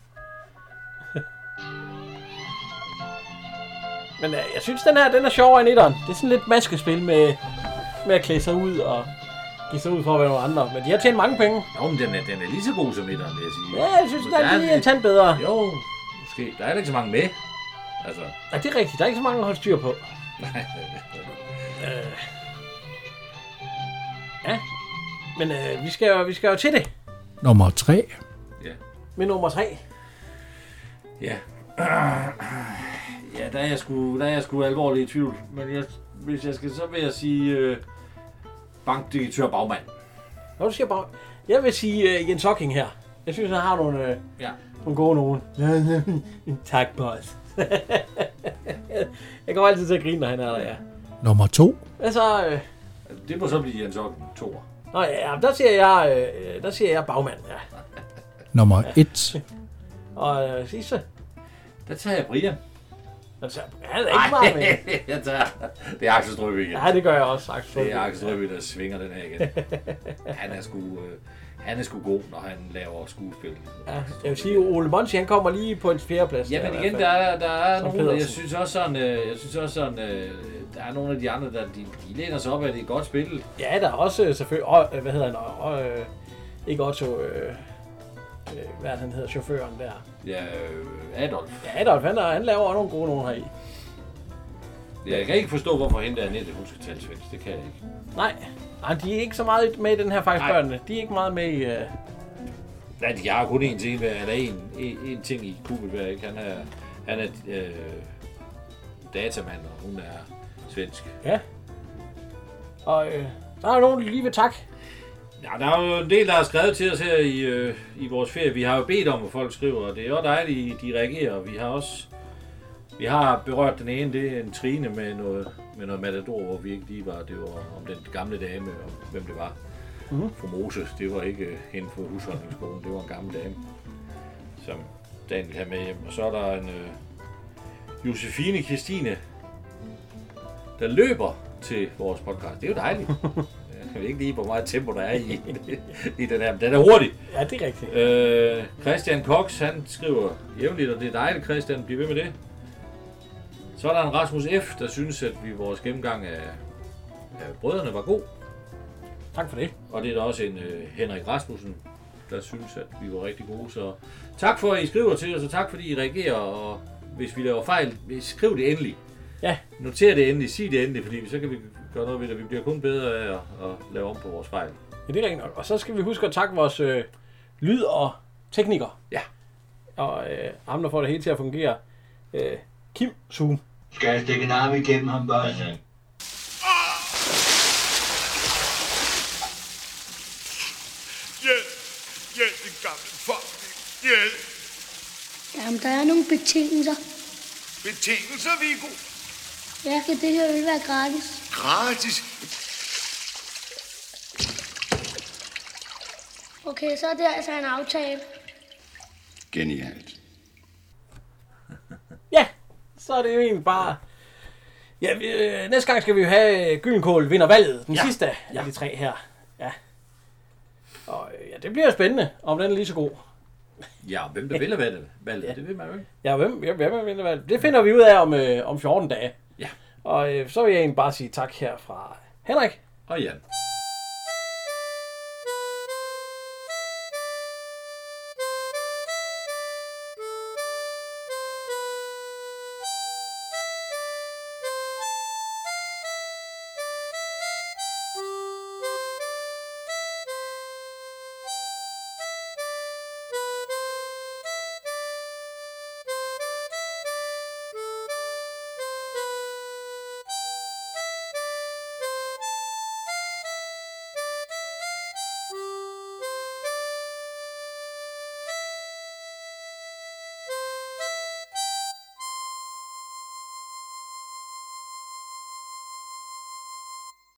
Men jeg synes, den er sjovere end etteren. Det er sådan lidt maskespil med at klæde sig ud og give sig ud for at være nogle andre. Men de har tjent mange penge. Jo, men den er lige så god som etteren, vil jeg sige. Ja, jeg synes, den er lige en tand bedre. Jo, måske. Der er ikke så mange med. Altså. Nej, det er rigtigt. Der er ikke så mange at holde styr på. Nej. Ja, men vi skal jo til det. Nummer 3. Ja. Med nummer 3. Ja. Ja, der er jeg sgu alvorligt i tvivl. Men hvis jeg skal, så vil jeg sige bankdirektør Bagmand. Nå, du siger Bagmand. Jeg vil sige Jens Hocking her. Jeg synes, han har nogle gode nogen. Tak, boss. Jeg kommer altid til at grine, når han er der, ja. Nummer 2. Altså... Det må så blive Jens Hocking 2'er. Nå ja, der siger jeg Bagmand, ja. Nummer 1. Og sidste? Der tager jeg Brian. Altså, han er ikke meget med. Jeg tager. Det er Axel Strøby igen. Ja, det gør jeg også, Axel Strøby. Det er Axel Strøby, der svinger den her igen. Han er sgu god, når han laver skuespil. Ja, jeg vil sige, Ole Monti, han kommer lige på en fjerdeplads. Ja, men igen, der er nogle, jeg synes også sådan, der er nogle af de andre, der de læner sig op af det godt spillet. Ja, der er også selvfølgelig, hvad hedder han, ikke Otto, hvad han hedder, chaufføren der. Ja, Adolf. Ja, Adolf, han laver også nogle gode nogen heri. Jeg kan ikke forstå, hvorfor hende der Annette, hun skal tale svensk. Det kan jeg ikke. Nej, de er ikke så meget med i den her faktisk, børnene. De er ikke meget med i... Nej, de har kun én ting, eller en ting i kuppet hver, ikke? Han er datamand, og hun er svensk. Ja. Og der er jo nogen, der lige vil takke. Ja, der er jo en del, der har skrevet til os her i vores ferie. Vi har jo bedt om, at folk skriver, og det er jo dejligt, de reagerer. Vi har berørt den ene, det er en Trine med noget Matador, hvor vi ikke lige var. Det var om den gamle dame, og hvem det var. Fru Mose, det var ikke hende fra husholdningsskolen, det var en gammel dame, som Daniel havde med hjem. Og så er der en Josefine Christine, der løber til vores podcast. Det er jo dejligt. Jeg ved ikke lige, hvor meget tempo der er i den her, men den er hurtig. Ja, det er rigtigt. Christian Cox, han skriver jævnligt, og det er dejligt, Christian, bliv ved med det. Så er der en Rasmus F., der synes, at vores gennemgang af brødrene var god. Tak for det. Og det er der også en Henrik Rasmussen, der synes, at vi var rigtig gode. Så tak for, at I skriver til os, og tak fordi I reagerer. Og hvis vi laver fejl, skriv det endelig. Ja. Noter det endelig, sig det endelig, fordi så kan vi gøre noget ved det. Vi bliver kun bedre af at lave om på vores fejl. Ja, det er rigtigt nok. Og så skal vi huske at takke vores lyd- og tekniker. Ja. Og ham, der får det hele til at fungere. Kim Zoom. Skal jeg stikke en arm igennem ham, boss? Hjælp, din gamle fuck. Hjælp. Jamen, der er nogle betingelser. Betingelser, Viggo? Ja, kan det her vil være gratis. Gratis? Okay, så er det altså en aftale. Genialt. Ja, så er det jo egentlig bare... Ja, næste gang skal vi jo have Gyllenkål vinder valget. Den sidste af de tre her. Ja. Og ja, det bliver spændende, om den er lige så god. Ja, hvem der vinder valget, det ved man jo ikke. Ja, hvem vinder valget? Det finder vi ud af om 14 dage. Ja. Og så vil jeg egentlig bare sige tak her fra Henrik. Og Jan.